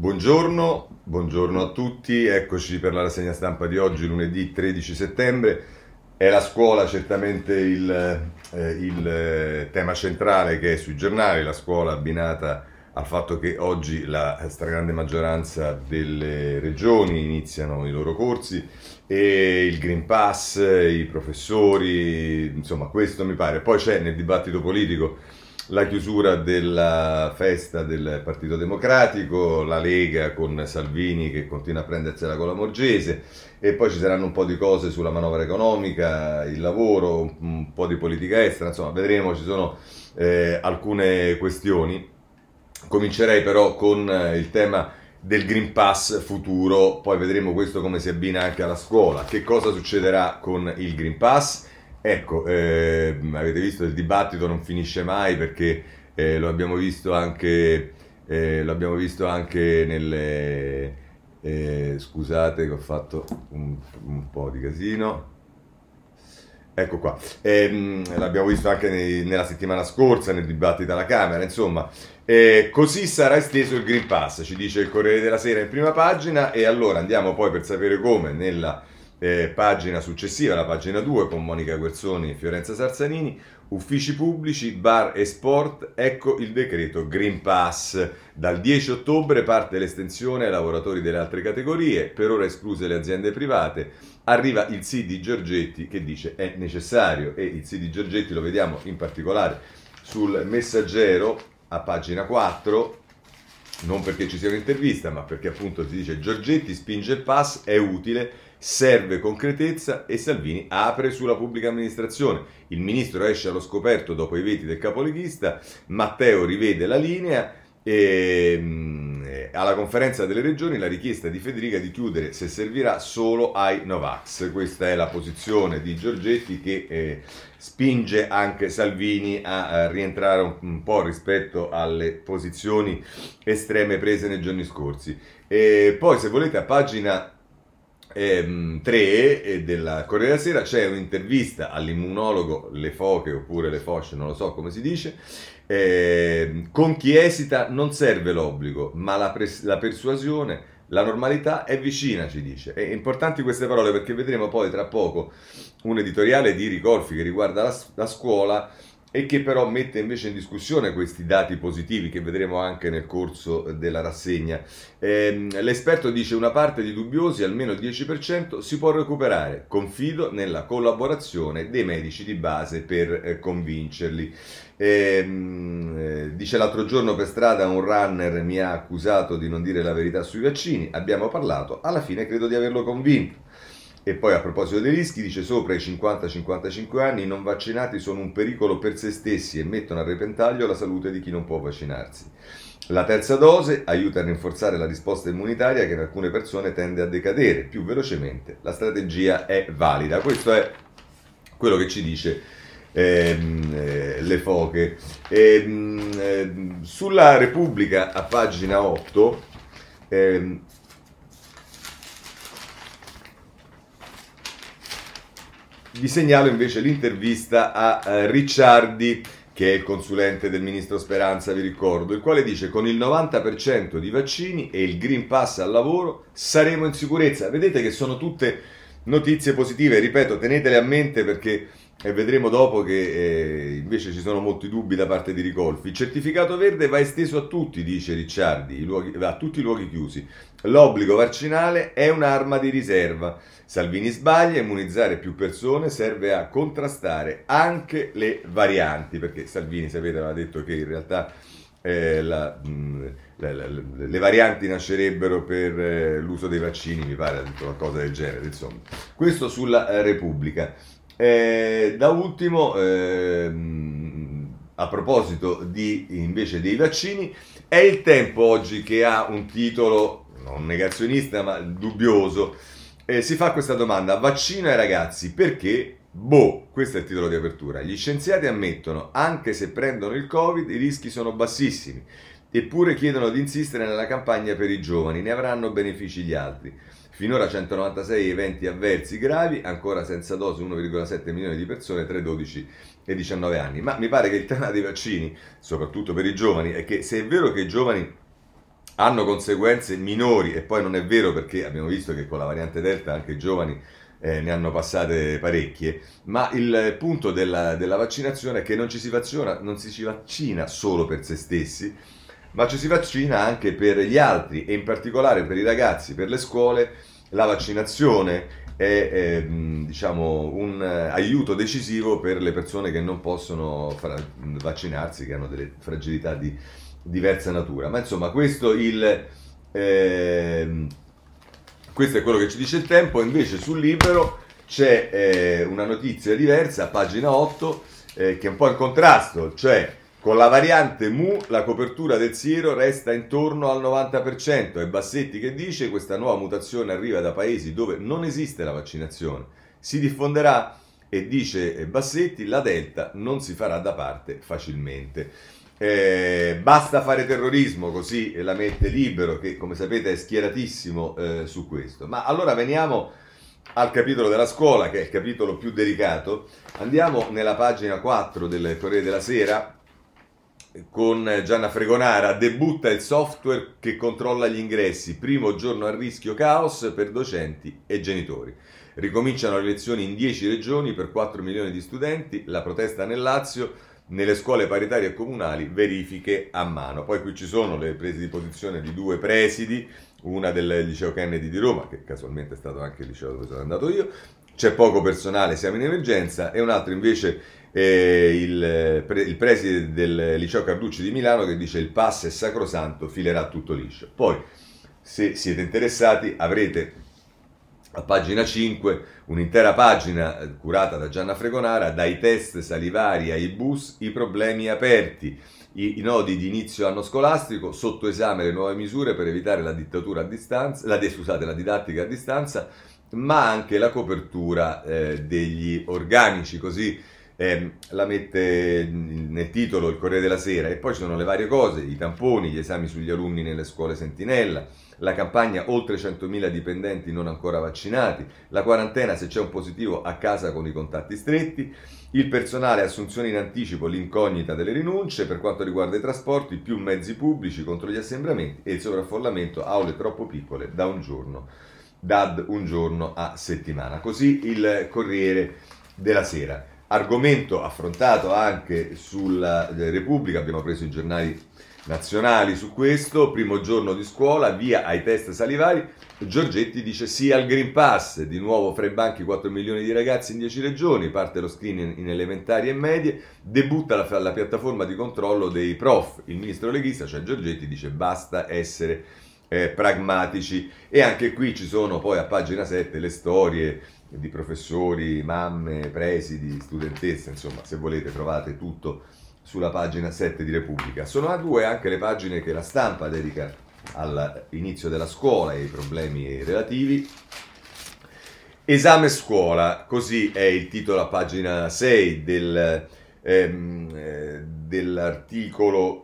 Buongiorno a tutti, eccoci per la rassegna stampa di oggi, lunedì 13 settembre. È la scuola certamente il tema centrale che è sui giornali, la scuola abbinata al fatto che oggi la stragrande maggioranza delle regioni iniziano i loro corsi e il Green Pass, i professori, insomma questo mi pare. Poi c'è nel dibattito politico la chiusura della festa del Partito Democratico, la Lega con Salvini che continua a prendersela con la Morgese e poi ci saranno un po' di cose sulla manovra economica, il lavoro, un po' di politica estera, insomma vedremo, ci sono alcune questioni. Comincerei però con il tema del Green Pass futuro, poi vedremo questo come si abbina anche alla scuola. Che cosa succederà con il Green Pass? Ecco, avete visto il dibattito non finisce mai perché lo abbiamo visto anche nelle... scusate che ho fatto un po' di casino. Ecco qua, l'abbiamo visto anche nella settimana scorsa nel dibattito alla Camera, insomma, così sarà esteso il Green Pass, ci dice il Corriere della Sera in prima pagina e allora andiamo poi per sapere come nella pagina successiva, la pagina 2 con Monica Guerzoni e Fiorenza Sarzanini, uffici pubblici, bar e sport, ecco il decreto Green Pass. Dal 10 ottobre parte l'estensione ai lavoratori delle altre categorie, per ora escluse le aziende private. Arriva il sì di Giorgetti che dice è necessario e il sì di Giorgetti lo vediamo in particolare sul Messaggero a pagina 4, non perché ci sia un'intervista ma perché appunto si dice Giorgetti spinge il pass, è utile, serve concretezza e Salvini apre sulla pubblica amministrazione. Il ministro esce allo scoperto dopo i veti del capoleghista, Matteo rivede la linea e alla conferenza delle regioni la richiesta di Federica di chiudere se servirà solo ai Novax. Questa è la posizione di Giorgetti che spinge anche Salvini a rientrare un po' rispetto alle posizioni estreme prese nei giorni scorsi. E poi se volete a pagina 3 della Corriere della Sera c'è un'intervista all'immunologo Le Foche oppure Le Foche, non lo so come si dice, con chi esita non serve l'obbligo ma la persuasione, la normalità è vicina, ci dice. È importanti queste parole perché vedremo poi tra poco un editoriale di Ricolfi che riguarda la scuola e che però mette invece in discussione questi dati positivi che vedremo anche nel corso della rassegna. L'esperto dice una parte di dubbiosi, almeno il 10%, si può recuperare. Confido nella collaborazione dei medici di base per convincerli. Dice l'altro giorno per strada un runner mi ha accusato di non dire la verità sui vaccini, abbiamo parlato, alla fine credo di averlo convinto. E poi a proposito dei rischi dice sopra i 50-55 anni i non vaccinati sono un pericolo per se stessi e mettono a repentaglio la salute di chi non può vaccinarsi. La terza dose aiuta a rinforzare la risposta immunitaria che in alcune persone tende a decadere più velocemente. La strategia è valida. Questo è quello che ci dice Le Foche. Sulla Repubblica a pagina 8 vi segnalo invece l'intervista a Ricciardi, che è il consulente del ministro Speranza, vi ricordo, il quale dice con il 90% di vaccini e il Green Pass al lavoro saremo in sicurezza. Vedete che sono tutte notizie positive, ripeto, tenetele a mente perché vedremo dopo che invece ci sono molti dubbi da parte di Ricolfi. Il certificato verde va esteso a tutti, dice Ricciardi, a tutti i luoghi chiusi. L'obbligo vaccinale è un'arma di riserva. Salvini sbaglia, immunizzare più persone serve a contrastare anche le varianti, perché Salvini, sapete, aveva detto che in realtà le varianti nascerebbero per l'uso dei vaccini, mi pare, ha detto qualcosa del genere, insomma. Questo sulla Repubblica. Da ultimo, a proposito invece dei vaccini, è il Tempo oggi che ha un titolo non negazionista ma dubbioso. Si fa questa domanda: vaccino ai ragazzi perché? Boh, questo è il titolo di apertura. Gli scienziati ammettono, anche se prendono il Covid, i rischi sono bassissimi, eppure chiedono di insistere nella campagna per i giovani, ne avranno benefici gli altri. Finora 196 eventi avversi gravi, ancora senza dose 1,7 milioni di persone tra i 12 e i 19 anni. Ma mi pare che il tema dei vaccini, soprattutto per i giovani, è che se è vero che i giovani hanno conseguenze minori, e poi non è vero, perché abbiamo visto che con la variante Delta anche i giovani ne hanno passate parecchie, ma il punto della vaccinazione è che non si ci vaccina solo per se stessi, ma ci si vaccina anche per gli altri, e in particolare per i ragazzi, per le scuole. La vaccinazione è diciamo, un aiuto decisivo per le persone che non possono vaccinarsi, che hanno delle fragilità di diversa natura. Ma insomma, questo è quello che ci dice il Tempo. Invece sul Libero c'è una notizia diversa, a pagina 8, che è un po' in contrasto, cioè con la variante Mu la copertura del siero resta intorno al 90%, e Bassetti che dice: questa nuova mutazione arriva da paesi dove non esiste la vaccinazione, si diffonderà, e dice Bassetti, la Delta non si farà da parte facilmente. Basta fare terrorismo, così la mette Libero, che come sapete è schieratissimo su questo. Ma allora veniamo al capitolo della scuola, che è il capitolo più delicato. Andiamo nella pagina 4 del Corriere della Sera, con Gianna Fregonara. Debutta il software che controlla gli ingressi, primo giorno a rischio caos per docenti e genitori. Ricominciano le lezioni in 10 regioni per 4 milioni di studenti, la protesta nel Lazio, nelle scuole paritarie comunali verifiche a mano. Poi qui ci sono le prese di posizione di due presidi, una del liceo Kennedy di Roma, che casualmente è stato anche il liceo dove sono andato io. C'è poco personale, siamo in emergenza, e un altro invece il preside del liceo Carducci di Milano, che dice: il pass è sacrosanto, filerà tutto liscio. Poi, se siete interessati, avrete a pagina 5 un'intera pagina curata da Gianna Fregonara: dai test salivari ai bus, i problemi aperti, i nodi di inizio anno scolastico, sotto esame le nuove misure per evitare la dittatura a distanza, la didattica a distanza, ma anche la copertura degli organici, così la mette nel titolo il Corriere della Sera. E poi ci sono le varie cose: i tamponi, gli esami sugli alunni nelle scuole sentinella, la campagna oltre 100.000 dipendenti non ancora vaccinati, la quarantena se c'è un positivo a casa con i contatti stretti, il personale, assunzioni in anticipo, l'incognita delle rinunce. Per quanto riguarda i trasporti, più mezzi pubblici contro gli assembramenti, e il sovraffollamento, aule troppo piccole DAD un giorno a settimana. Così il Corriere della Sera. Argomento affrontato anche sulla Repubblica, abbiamo preso i giornali nazionali su questo. Primo giorno di scuola, via ai test salivari. Giorgetti dice sì al Green Pass, di nuovo fra i banchi 4 milioni di ragazzi in 10 regioni, parte lo screening in elementari e medie, debutta la piattaforma di controllo dei prof. Il ministro leghista, cioè Giorgetti, dice basta essere pragmatici. E anche qui ci sono poi a pagina 7 le storie di professori, mamme, presidi, studentesse, insomma, se volete trovate tutto sulla pagina 7 di Repubblica. Sono a due anche le pagine che la Stampa dedica all'inizio della scuola e ai problemi relativi. Esame scuola, così è il titolo a pagina 6 dell'articolo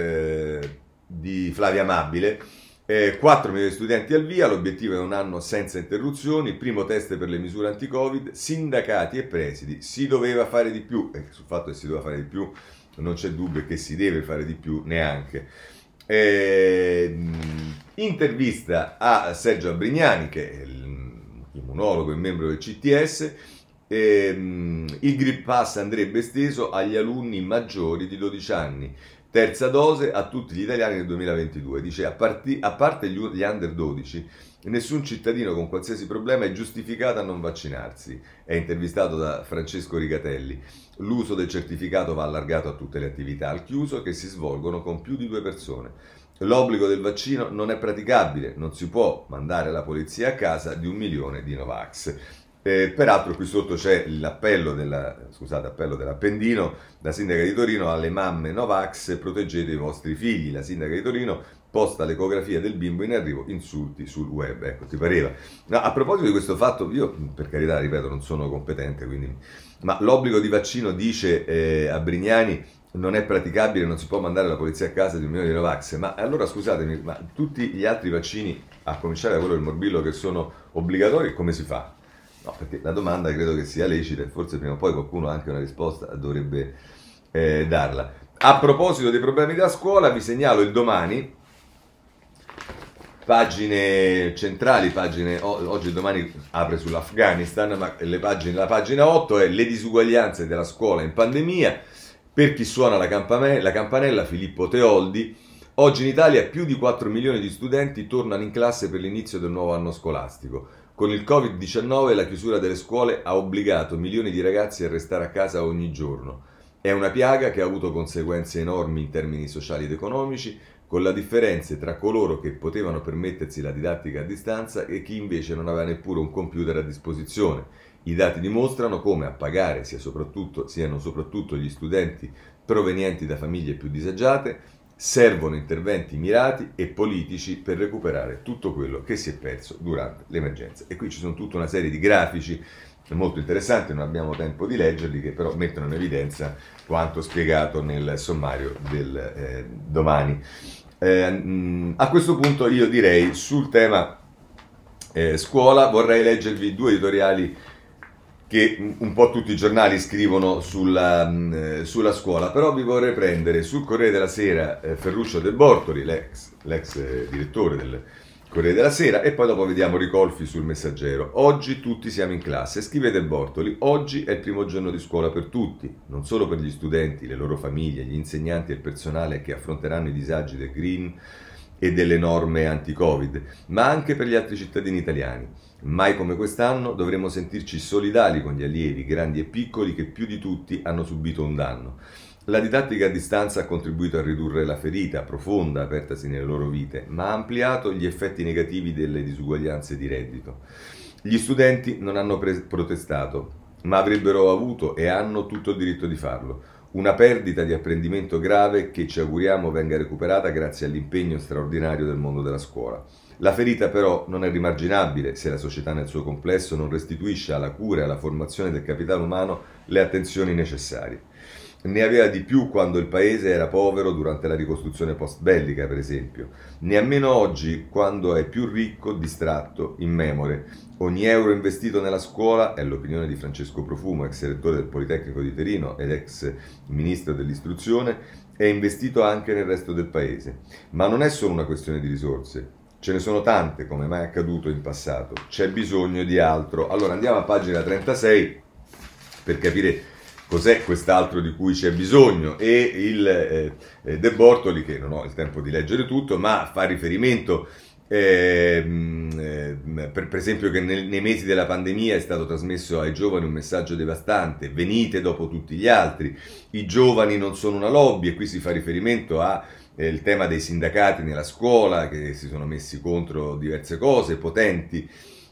di Flavia Amabile. 4 milioni di studenti al via, l'obiettivo è un anno senza interruzioni, primo test per le misure anti-Covid, sindacati e presidi, si doveva fare di più, e sul fatto che si doveva fare di più non c'è dubbio, che si deve fare di più neanche. Intervista a Sergio Abrignani, che è immunologo e membro del CTS. Il Green Pass andrebbe esteso agli alunni maggiori di 12 anni. Terza dose a tutti gli italiani nel 2022. Dice, a parte gli under 12, nessun cittadino con qualsiasi problema è giustificato a non vaccinarsi. È intervistato da Francesco Rigatelli. L'uso del certificato va allargato a tutte le attività al chiuso che si svolgono con più di 2 persone. L'obbligo del vaccino non è praticabile, non si può mandare la polizia a casa di 1 milione di Novax. Peraltro qui sotto c'è l'appello dell'Appendino, la sindaca di Torino: alle mamme Novax, proteggete i vostri figli. La sindaca di Torino posta l'ecografia del bimbo in arrivo, insulti sul web. Ecco, ti pareva? No, a proposito di questo fatto, io per carità, ripeto, non sono competente, quindi, ma l'obbligo di vaccino, dice a Brignani, non è praticabile, non si può mandare la polizia a casa di 1 milione di Novax. Ma allora scusatemi, ma tutti gli altri vaccini, a cominciare da quello del morbillo, che sono obbligatori, come si fa? No, perché la domanda credo che sia lecita e forse prima o poi qualcuno anche una risposta dovrebbe darla. A proposito dei problemi della scuola, vi segnalo il Domani, pagine centrali, oggi e domani apre sull'Afghanistan, ma la pagina 8 è le disuguaglianze della scuola in pandemia. Per chi suona la campanella, Filippo Teoldi. Oggi in Italia più di 4 milioni di studenti tornano in classe per l'inizio del nuovo anno scolastico. Con il Covid-19 la chiusura delle scuole ha obbligato milioni di ragazzi a restare a casa ogni giorno. È una piaga che ha avuto conseguenze enormi in termini sociali ed economici, con la differenza tra coloro che potevano permettersi la didattica a distanza e chi invece non aveva neppure un computer a disposizione. I dati dimostrano come a pagare siano soprattutto gli studenti provenienti da famiglie più disagiate. Servono interventi mirati e politici per recuperare tutto quello che si è perso durante l'emergenza. E qui ci sono tutta una serie di grafici molto interessanti, non abbiamo tempo di leggerli, che però mettono in evidenza quanto spiegato nel sommario del domani. A questo punto io direi sul tema scuola vorrei leggervi due editoriali che un po' tutti i giornali scrivono sulla scuola, però vi vorrei prendere sul Corriere della Sera Ferruccio De Bortoli, l'ex direttore del Corriere della Sera, e poi dopo vediamo Ricolfi sul Messaggero. Oggi tutti siamo in classe, scrive De Bortoli, oggi è il primo giorno di scuola per tutti, non solo per gli studenti, le loro famiglie, gli insegnanti e il personale che affronteranno i disagi del Green e delle norme anti-Covid, ma anche per gli altri cittadini italiani. Mai come quest'anno dovremo sentirci solidali con gli allievi, grandi e piccoli, che più di tutti hanno subito un danno. La didattica a distanza ha contribuito a ridurre la ferita profonda apertasi nelle loro vite, ma ha ampliato gli effetti negativi delle disuguaglianze di reddito. Gli studenti non hanno protestato, ma avrebbero avuto e hanno tutto il diritto di farlo. Una perdita di apprendimento grave che ci auguriamo venga recuperata grazie all'impegno straordinario del mondo della scuola. La ferita però non è rimarginabile se la società nel suo complesso non restituisce alla cura e alla formazione del capitale umano le attenzioni necessarie. Ne aveva di più quando il paese era povero durante la ricostruzione post-bellica, per esempio. Ne ha meno oggi quando è più ricco, distratto, immemore. Ogni euro investito nella scuola, è l'opinione di Francesco Profumo, ex rettore del Politecnico di Torino ed ex ministro dell'istruzione, è investito anche nel resto del paese. Ma non è solo una questione di risorse. Ce ne sono tante, come mai accaduto in passato. C'è bisogno di altro. Allora andiamo a pagina 36 per capire cos'è quest'altro di cui c'è bisogno, e il De Bortoli, che non ho il tempo di leggere tutto, ma fa riferimento per esempio che nei mesi della pandemia è stato trasmesso ai giovani un messaggio devastante: venite dopo tutti gli altri, i giovani non sono una lobby, e qui si fa riferimento a il tema dei sindacati nella scuola che si sono messi contro diverse cose potenti,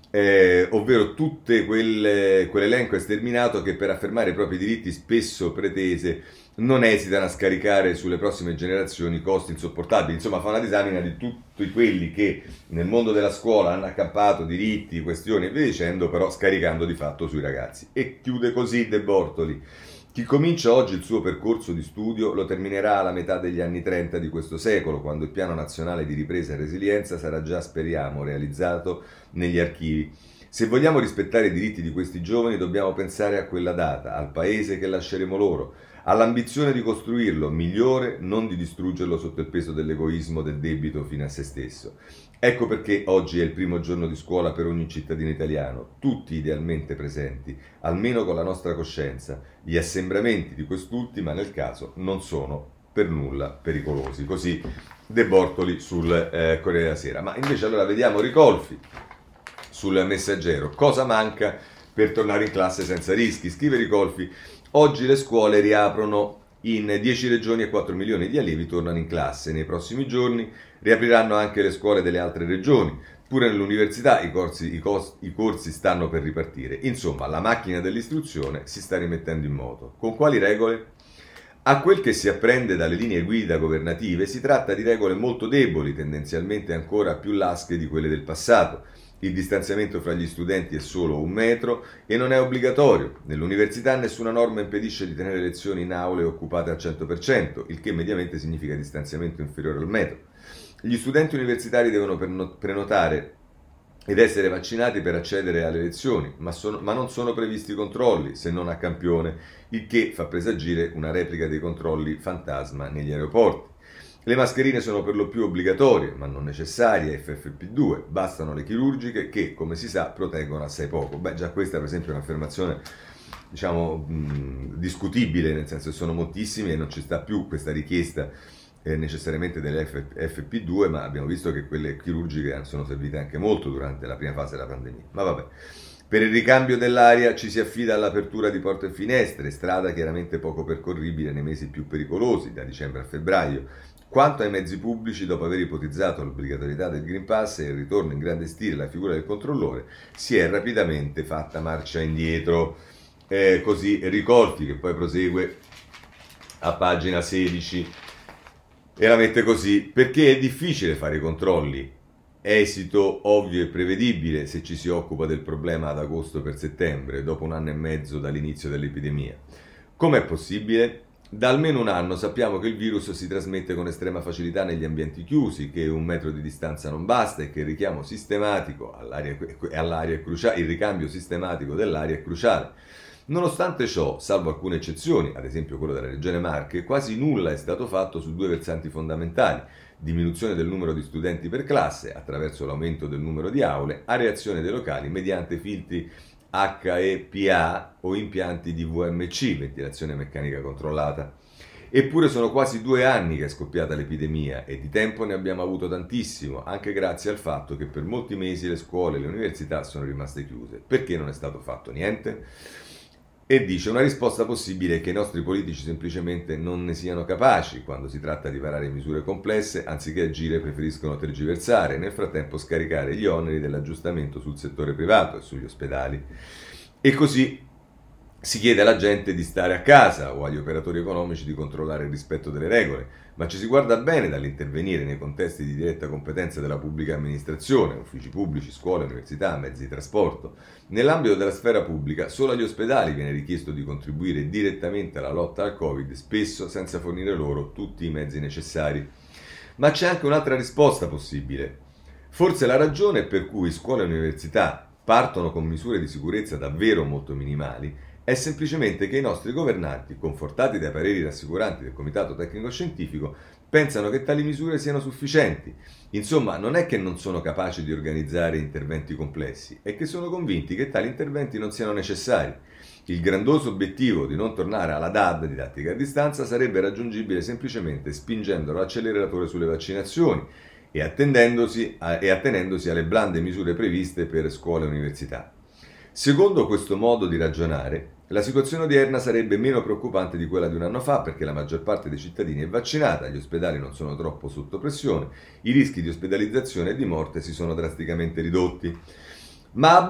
ovvero tutte quell'elenco esteminato che per affermare i propri diritti spesso pretese non esitano a scaricare sulle prossime generazioni costi insopportabili. Insomma, fa una disamina di tutti quelli che nel mondo della scuola hanno accappato diritti, questioni e via dicendo, però scaricando di fatto sui ragazzi. E chiude così De Bortoli: chi comincia oggi il suo percorso di studio lo terminerà alla metà degli anni 30 di questo secolo, quando il Piano Nazionale di Ripresa e Resilienza sarà già, speriamo, realizzato negli archivi. Se vogliamo rispettare i diritti di questi giovani dobbiamo pensare a quella data, al paese che lasceremo loro, all'ambizione di costruirlo migliore, non di distruggerlo sotto il peso dell'egoismo del debito fino a se stesso. Ecco perché oggi è il primo giorno di scuola per ogni cittadino italiano, tutti idealmente presenti, almeno con la nostra coscienza. Gli assembramenti di quest'ultima, nel caso, non sono per nulla pericolosi. Così De Bortoli sul Corriere della Sera. Ma invece allora vediamo Ricolfi sul Messaggero. Cosa manca per tornare in classe senza rischi? Scrive Ricolfi: oggi le scuole riaprono in 10 regioni e 4 milioni di allievi tornano in classe. Nei prossimi giorni riapriranno anche le scuole delle altre regioni. Pure nell'università i corsi stanno per ripartire. Insomma, la macchina dell'istruzione si sta rimettendo in moto. Con quali regole? A quel che si apprende dalle linee guida governative si tratta di regole molto deboli, tendenzialmente ancora più lasche di quelle del passato. Il distanziamento fra gli studenti è solo 1 metro e non è obbligatorio. Nell'università nessuna norma impedisce di tenere lezioni in aule occupate al 100%, il che mediamente significa distanziamento inferiore al metro. Gli studenti universitari devono prenotare ed essere vaccinati per accedere alle lezioni, ma non sono previsti controlli, se non a campione, il che fa presagire una replica dei controlli fantasma negli aeroporti. Le mascherine sono per lo più obbligatorie, ma non necessarie, FFP2, bastano le chirurgiche che, come si sa, proteggono assai poco. Beh, già questa per esempio è un'affermazione, diciamo, discutibile, nel senso che sono moltissimi e non ci sta più questa richiesta necessariamente delle FP2, ma abbiamo visto che quelle chirurgiche sono servite anche molto durante la prima fase della pandemia. Ma vabbè. Per il ricambio dell'aria ci si affida all'apertura di porte e finestre, strada chiaramente poco percorribile nei mesi più pericolosi, da dicembre a febbraio. Quanto ai mezzi pubblici, dopo aver ipotizzato l'obbligatorietà del Green Pass e il ritorno in grande stile alla figura del controllore, si è rapidamente fatta marcia indietro. Così Ricolfi, che poi prosegue a pagina 16 e la mette così: perché è difficile fare i controlli, esito ovvio e prevedibile se ci si occupa del problema ad agosto per settembre, dopo un anno e mezzo dall'inizio dell'epidemia. Com'è possibile? Da almeno un anno sappiamo che il virus si trasmette con estrema facilità negli ambienti chiusi, che 1 metro di distanza non basta e che il richiamo sistematico all'aria è cruciale, il ricambio sistematico dell'aria è cruciale. Nonostante ciò, salvo alcune eccezioni, ad esempio quello della Regione Marche, quasi nulla è stato fatto su 2 versanti fondamentali: diminuzione del numero di studenti per classe attraverso l'aumento del numero di aule, areazione dei locali mediante filtri HEPA o impianti di VMC, ventilazione meccanica controllata. Eppure sono quasi 2 anni che è scoppiata l'epidemia e di tempo ne abbiamo avuto tantissimo, anche grazie al fatto che per molti mesi le scuole e le università sono rimaste chiuse. Perché non è stato fatto niente? E dice: una risposta possibile è che i nostri politici semplicemente non ne siano capaci. Quando si tratta di varare misure complesse, anziché agire preferiscono tergiversare e nel frattempo scaricare gli oneri dell'aggiustamento sul settore privato e sugli ospedali. E così si chiede alla gente di stare a casa o agli operatori economici di controllare il rispetto delle regole, ma ci si guarda bene dall'intervenire nei contesti di diretta competenza della pubblica amministrazione, uffici pubblici, scuole, università, mezzi di trasporto. Nell'ambito della sfera pubblica, solo agli ospedali viene richiesto di contribuire direttamente alla lotta al Covid, spesso senza fornire loro tutti i mezzi necessari. Ma c'è anche un'altra risposta possibile. Forse la ragione per cui scuole e università partono con misure di sicurezza davvero molto minimali è semplicemente che i nostri governanti, confortati dai pareri rassicuranti del Comitato Tecnico Scientifico, pensano che tali misure siano sufficienti. Insomma, non è che non sono capaci di organizzare interventi complessi, è che sono convinti che tali interventi non siano necessari. Il grandioso obiettivo di non tornare alla DAD, didattica a distanza, sarebbe raggiungibile semplicemente spingendo l'acceleratore sulle vaccinazioni e attenendosi alle blande misure previste per scuole e università. Secondo questo modo di ragionare, la situazione odierna sarebbe meno preoccupante di quella di un anno fa perché la maggior parte dei cittadini è vaccinata, gli ospedali non sono troppo sotto pressione, i rischi di ospedalizzazione e di morte si sono drasticamente ridotti. Ma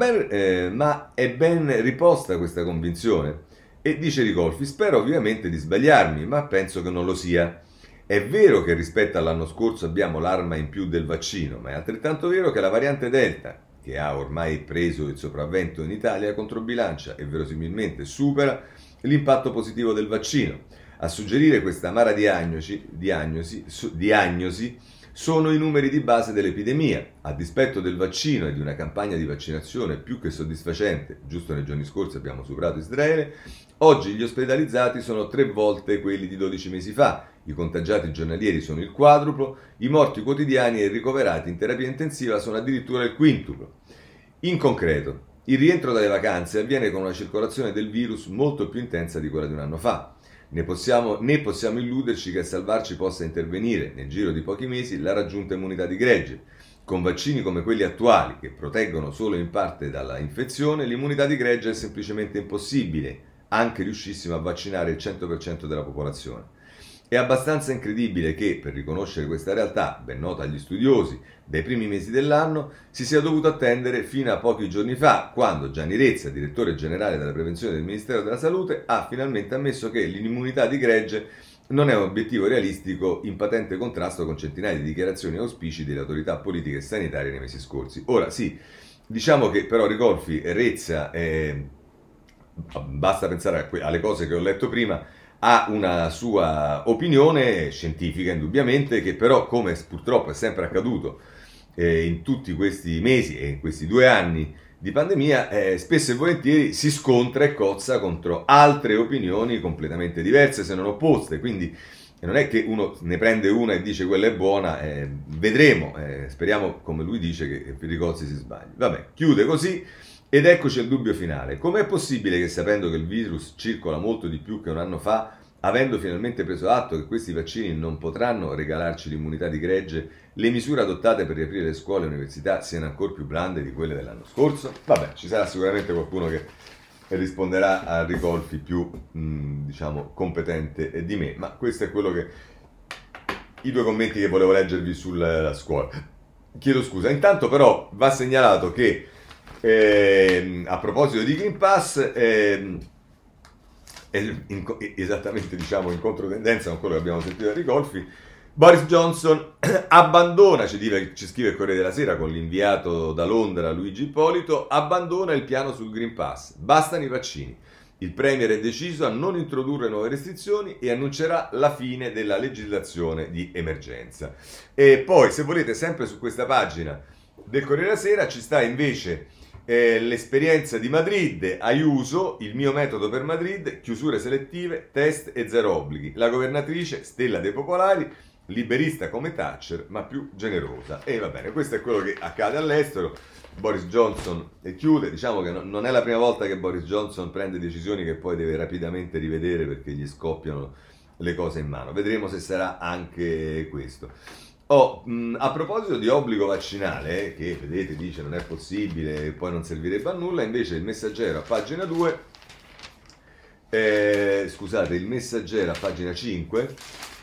è ben riposta questa convinzione? E dice Ricolfi: spero ovviamente di sbagliarmi, ma penso che non lo sia. È vero che rispetto all'anno scorso abbiamo l'arma in più del vaccino, ma è altrettanto vero che la variante Delta, che ha ormai preso il sopravvento in Italia, controbilancia e verosimilmente supera l'impatto positivo del vaccino. A suggerire questa amara diagnosi sono i numeri di base dell'epidemia. A dispetto del vaccino e di una campagna di vaccinazione più che soddisfacente, giusto nei giorni scorsi abbiamo superato Israele, oggi gli ospedalizzati sono 3 volte quelli di 12 mesi fa, i contagiati giornalieri sono il quadruplo, i morti quotidiani e i ricoverati in terapia intensiva sono addirittura il quintuplo. In concreto, il rientro dalle vacanze avviene con una circolazione del virus molto più intensa di quella di un anno fa. Né possiamo illuderci che a salvarci possa intervenire, nel giro di pochi mesi, la raggiunta immunità di gregge. Con vaccini come quelli attuali, che proteggono solo in parte dalla infezione, l'immunità di gregge è semplicemente impossibile, anche riuscissimo a vaccinare il 100% della popolazione. È abbastanza incredibile che, per riconoscere questa realtà, ben nota agli studiosi, dai primi mesi dell'anno, si sia dovuto attendere fino a pochi giorni fa, quando Gianni Rezza, direttore generale della prevenzione del Ministero della Salute, ha finalmente ammesso che l'immunità di gregge non è un obiettivo realistico, in patente contrasto con centinaia di dichiarazioni e auspici delle autorità politiche e sanitarie nei mesi scorsi. Ora sì, diciamo che però Ricolfi e Rezza, basta pensare alle cose che ho letto prima, ha una sua opinione scientifica indubbiamente, che però, come purtroppo è sempre accaduto in tutti questi mesi e in questi 2 anni di pandemia, spesso e volentieri si scontra e cozza contro altre opinioni completamente diverse, se non opposte. Quindi E non è che uno ne prende una e dice quella è buona, vedremo, speriamo come lui dice che Piricozzi si sbagli. Vabbè, chiude così ed eccoci al dubbio finale. Com'è possibile che sapendo che il virus circola molto di più che un anno fa, avendo finalmente preso atto che questi vaccini non potranno regalarci l'immunità di gregge, le misure adottate per riaprire le scuole e le università siano ancora più blande di quelle dell'anno scorso? Vabbè, ci sarà sicuramente qualcuno che risponderà a Ricolfi più, diciamo, competente di me, ma questo è quello che i due commenti che volevo leggervi sulla scuola. Chiedo scusa, intanto però va segnalato che a proposito di Green Pass, esattamente diciamo in controtendenza con quello che abbiamo sentito da Ricolfi, Boris Johnson abbandona, ci scrive il Corriere della Sera con l'inviato da Londra Luigi Ippolito, abbandona il piano sul Green Pass, bastano i vaccini. Il Premier è deciso a non introdurre nuove restrizioni e annuncerà la fine della legislazione di emergenza. E poi, se volete, sempre su questa pagina del Corriere della Sera ci sta invece l'esperienza di Madrid, Ayuso, il mio metodo per Madrid, chiusure selettive, test e zero obblighi. La governatrice, stella dei popolari, liberista come Thatcher, ma più generosa. E va bene, questo è quello che accade all'estero. Boris Johnson chiude, diciamo che non è la prima volta che Boris Johnson prende decisioni che poi deve rapidamente rivedere perché gli scoppiano le cose in mano. Vedremo se sarà anche questo. A proposito di obbligo vaccinale, che vedete dice non è possibile e poi non servirebbe a nulla, invece il Messaggero a pagina 2, il Messaggero a pagina 5,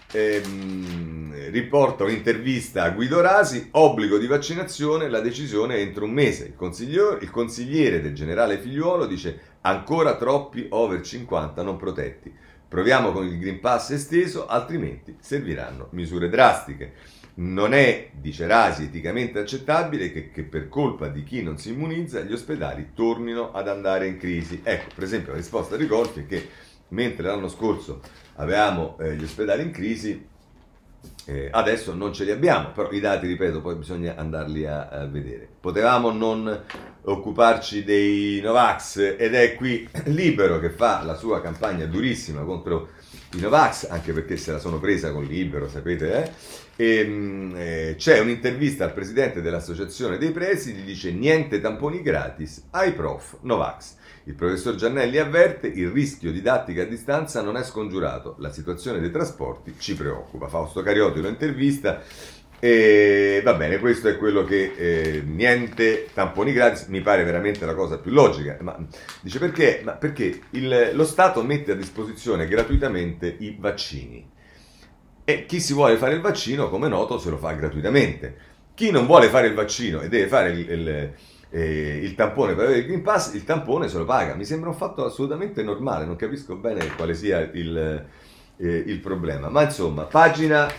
riporta un'intervista a Guido Rasi, obbligo di vaccinazione, la decisione entro un mese. Il consigliere del generale Figliuolo dice ancora troppi over 50 non protetti. Proviamo con il Green Pass esteso, altrimenti serviranno misure drastiche. Non è, dice Rasi, eticamente accettabile che per colpa di chi non si immunizza gli ospedali tornino ad andare in crisi. Ecco, per esempio, la risposta di Ricolfi è che mentre l'anno scorso avevamo gli ospedali in crisi, adesso non ce li abbiamo, però i dati, ripeto, poi bisogna andarli a vedere. Potevamo non occuparci dei Novax ed è qui Libero che fa la sua campagna durissima contro i Novax, anche perché se la sono presa con Libero, sapete, c'è un'intervista al presidente dell'associazione dei presidi, dice niente tamponi gratis ai prof Novax. Il professor Giannelli avverte il rischio didattica a distanza non è scongiurato, la situazione dei trasporti ci preoccupa. Fausto Carioti lo intervista e va bene, questo è quello che niente tamponi gratis mi pare veramente la cosa più logica. Ma dice perché? Ma perché lo Stato mette a disposizione gratuitamente i vaccini e chi si vuole fare il vaccino, come noto, se lo fa gratuitamente. Chi non vuole fare il vaccino e deve fare il tampone per avere il Green Pass, il tampone se lo paga. Mi sembra un fatto assolutamente normale, non capisco bene quale sia il problema. Ma insomma, pagina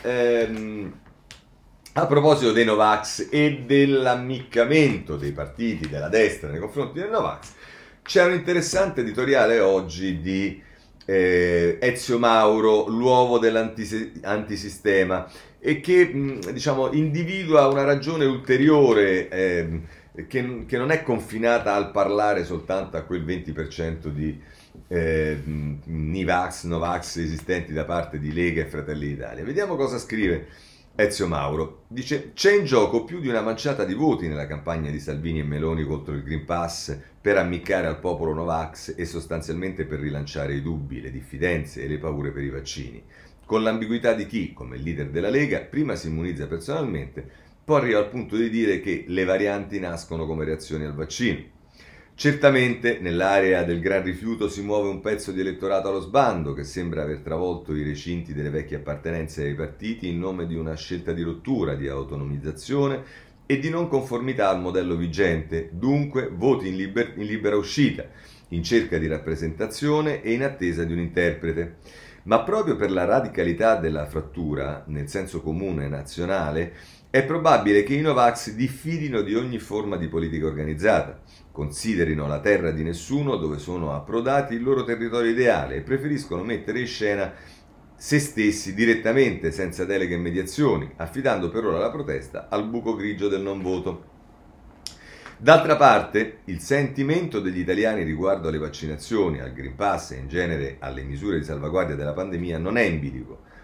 a proposito dei Novax e dell'ammiccamento dei partiti della destra nei confronti dei Novax, c'è un interessante editoriale oggi di Ezio Mauro, l'uovo dell'antisistema, e che diciamo individua una ragione ulteriore che non è confinata al parlare soltanto a quel 20% di Nivax, Novax esistenti da parte di Lega e Fratelli d'Italia. Vediamo cosa scrive Ezio Mauro. Dice: c'è in gioco più di una manciata di voti nella campagna di Salvini e Meloni contro il Green Pass per ammiccare al popolo Novax e sostanzialmente per rilanciare i dubbi, le diffidenze e le paure per i vaccini, con l'ambiguità di chi, come il leader della Lega, prima si immunizza personalmente, poi arriva al punto di dire che le varianti nascono come reazioni al vaccino. Certamente nell'area del gran rifiuto si muove un pezzo di elettorato allo sbando che sembra aver travolto i recinti delle vecchie appartenenze ai partiti in nome di una scelta di rottura, di autonomizzazione e di non conformità al modello vigente, dunque voti in libera uscita, in cerca di rappresentazione e in attesa di un interprete. Ma proprio per la radicalità della frattura, nel senso comune nazionale, è probabile che i Novax diffidino di ogni forma di politica organizzata, considerino la terra di nessuno dove sono approdati il loro territorio ideale e preferiscono mettere in scena se stessi direttamente, senza deleghe e mediazioni, affidando per ora la protesta al buco grigio del non voto. D'altra parte, il sentimento degli italiani riguardo alle vaccinazioni, al Green Pass e in genere alle misure di salvaguardia della pandemia non è in bilico.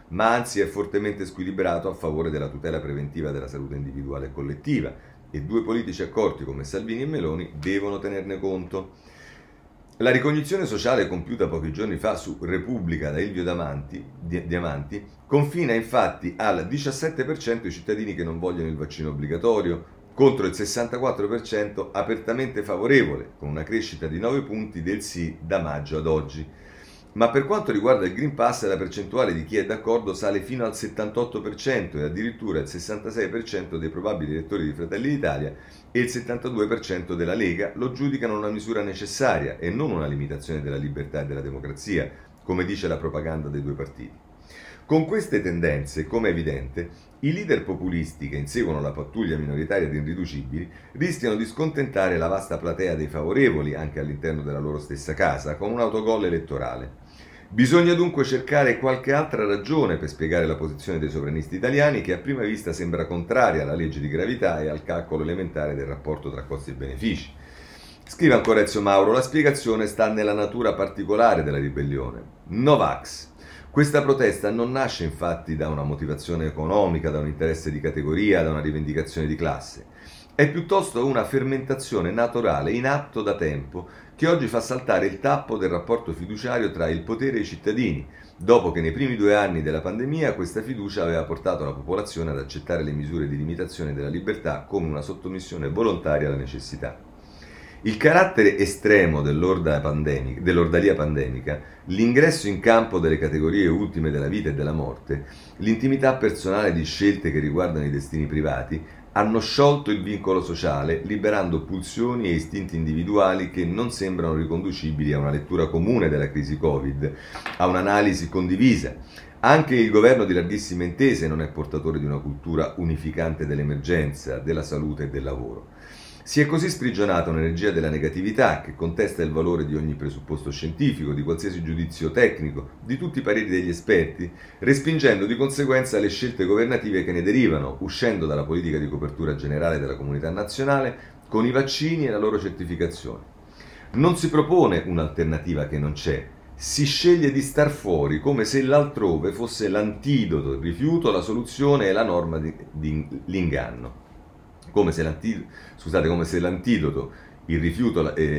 ma anzi è fortemente squilibrato a favore della tutela preventiva della salute individuale e collettiva, e due politici accorti come Salvini e Meloni devono tenerne conto. La ricognizione sociale compiuta pochi giorni fa su Repubblica da Ilvio Diamanti confina infatti al 17% i cittadini che non vogliono il vaccino obbligatorio, contro il 64% apertamente favorevole, con una crescita di 9 punti del sì da maggio ad oggi. Ma per quanto riguarda il Green Pass, la percentuale di chi è d'accordo sale fino al 78% e addirittura il 66% dei probabili elettori di Fratelli d'Italia e il 72% della Lega lo giudicano una misura necessaria e non una limitazione della libertà e della democrazia, come dice la propaganda dei due partiti. Con queste tendenze, come è evidente, i leader populisti che inseguono la pattuglia minoritaria di irriducibili rischiano di scontentare la vasta platea dei favorevoli anche all'interno della loro stessa casa con un autogol elettorale. Bisogna dunque cercare qualche altra ragione per spiegare la posizione dei sovranisti italiani che a prima vista sembra contraria alla legge di gravità e al calcolo elementare del rapporto tra costi e benefici. Scrive ancora Ezio Mauro, la spiegazione sta nella natura particolare della ribellione. Novax. Questa protesta non nasce infatti da una motivazione economica, da un interesse di categoria, da una rivendicazione di classe. È piuttosto una fermentazione naturale in atto da tempo che oggi fa saltare il tappo del rapporto fiduciario tra il potere e i cittadini, dopo che nei primi 2 anni della pandemia questa fiducia aveva portato la popolazione ad accettare le misure di limitazione della libertà come una sottomissione volontaria alla necessità. Il carattere estremo dell'ordalia pandemica, l'ingresso in campo delle categorie ultime della vita e della morte, l'intimità personale di scelte che riguardano i destini privati, hanno sciolto il vincolo sociale, liberando pulsioni e istinti individuali che non sembrano riconducibili a una lettura comune della crisi Covid, a un'analisi condivisa. Anche il governo di larghissime intese non è portatore di una cultura unificante dell'emergenza, della salute e del lavoro. Si è così sprigionata un'energia della negatività che contesta il valore di ogni presupposto scientifico, di qualsiasi giudizio tecnico, di tutti i pareri degli esperti, respingendo di conseguenza le scelte governative che ne derivano, uscendo dalla politica di copertura generale della comunità nazionale con i vaccini e la loro certificazione. Non si propone un'alternativa che non c'è, si sceglie di star fuori come se l'altrove fosse l'antidoto, il rifiuto, la soluzione e la norma di l'inganno. Come se l'antidoto, il rifiuto,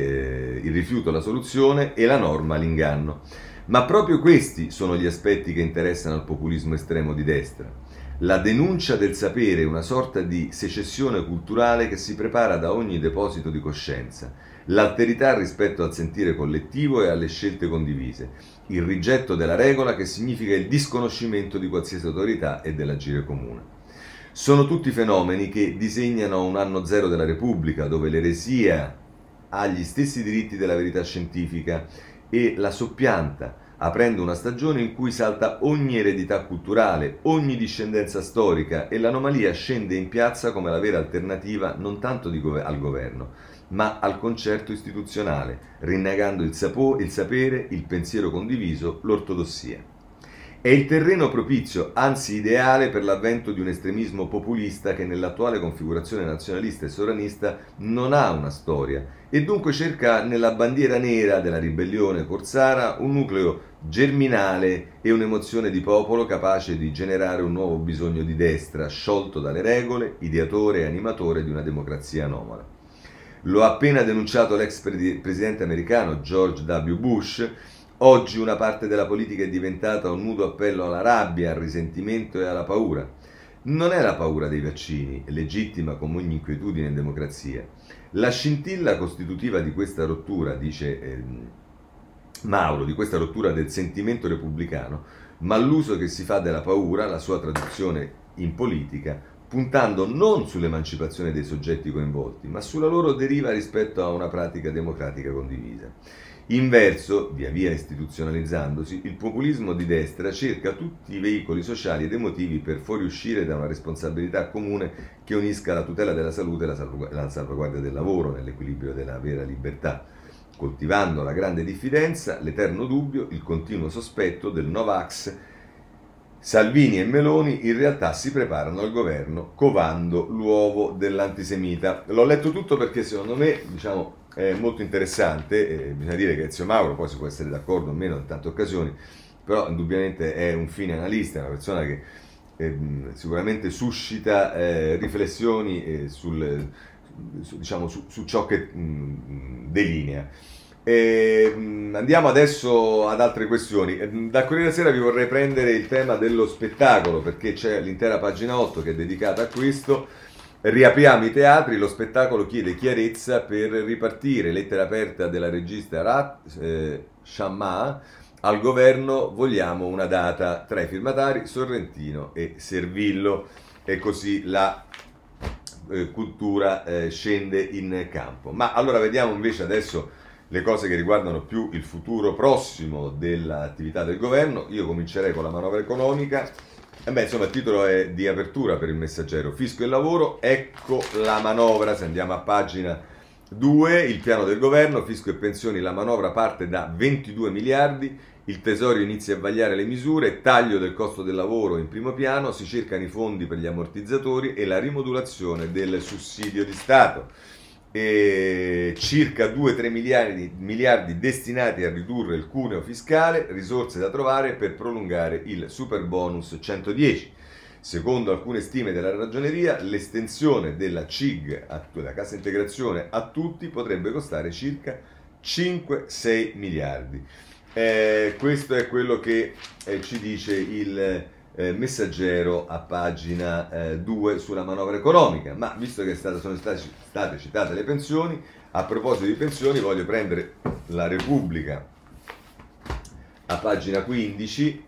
la soluzione e la norma l'inganno. Ma proprio questi sono gli aspetti che interessano al populismo estremo di destra. La denuncia del sapere, una sorta di secessione culturale che si prepara da ogni deposito di coscienza, l'alterità rispetto al sentire collettivo e alle scelte condivise, il rigetto della regola che significa il disconoscimento di qualsiasi autorità e dell'agire comune. Sono tutti fenomeni che disegnano un anno zero della Repubblica, dove l'eresia ha gli stessi diritti della verità scientifica e la soppianta, aprendo una stagione in cui salta ogni eredità culturale, ogni discendenza storica e l'anomalia scende in piazza come la vera alternativa non tanto al governo, ma al concerto istituzionale, rinnegando il sapere, il pensiero condiviso, l'ortodossia. È il terreno propizio, anzi ideale, per l'avvento di un estremismo populista che nell'attuale configurazione nazionalista e sovranista non ha una storia e dunque cerca nella bandiera nera della ribellione corsara un nucleo germinale e un'emozione di popolo capace di generare un nuovo bisogno di destra, sciolto dalle regole, ideatore e animatore di una democrazia anomala. Lo ha appena denunciato l'ex presidente americano George W. Bush. Oggi una parte della politica è diventata un nudo appello alla rabbia, al risentimento e alla paura. Non è la paura dei vaccini, legittima come ogni inquietudine in democrazia. La scintilla costitutiva di questa rottura, dice Mauro, di questa rottura del sentimento repubblicano, ma l'uso che si fa della paura, la sua traduzione in politica, puntando non sull'emancipazione dei soggetti coinvolti, ma sulla loro deriva rispetto a una pratica democratica condivisa. Inverso, via via istituzionalizzandosi, il populismo di destra cerca tutti i veicoli sociali ed emotivi per fuoriuscire da una responsabilità comune che unisca la tutela della salute e la salvaguardia del lavoro nell'equilibrio della vera libertà, coltivando la grande diffidenza, l'eterno dubbio, il continuo sospetto del Novax. Salvini e Meloni in realtà si preparano al governo covando l'uovo dell'antisemita. L'ho letto tutto perché secondo me, è molto interessante, bisogna dire che Ezio Mauro, poi si può essere d'accordo o meno in tante occasioni, però indubbiamente è un fine analista, è una persona che sicuramente suscita riflessioni diciamo, su ciò che delinea. Andiamo adesso ad altre questioni. Dal Corriere della Sera vi vorrei prendere il tema dello spettacolo, perché c'è l'intera pagina 8 che è dedicata a questo. Riapriamo i teatri, lo spettacolo chiede chiarezza per ripartire. Lettera aperta della regista Shamma al governo, vogliamo una data. Tra i firmatari Sorrentino e Servillo, e così la cultura scende in campo. Ma allora vediamo invece adesso le cose che riguardano più il futuro prossimo dell'attività del governo. Io comincerei con la manovra economica. Insomma, il titolo è di apertura per il Messaggero: fisco e lavoro, ecco la manovra. Se andiamo a pagina 2, il piano del governo, fisco e pensioni, la manovra parte da 22 miliardi, il Tesoro inizia a vagliare le misure, taglio del costo del lavoro in primo piano, si cercano i fondi per gli ammortizzatori e la rimodulazione del sussidio di Stato. Circa 2-3 miliardi destinati a ridurre il cuneo fiscale, risorse da trovare per prolungare il super bonus 110. Secondo alcune stime della Ragioneria, l'estensione della CIG, della cassa integrazione, a tutti potrebbe costare circa 5-6 miliardi. Questo è quello che ci dice il Messaggero a pagina 2 sulla manovra economica. Ma visto che sono state citate le pensioni, a proposito di pensioni voglio prendere la Repubblica a pagina 15.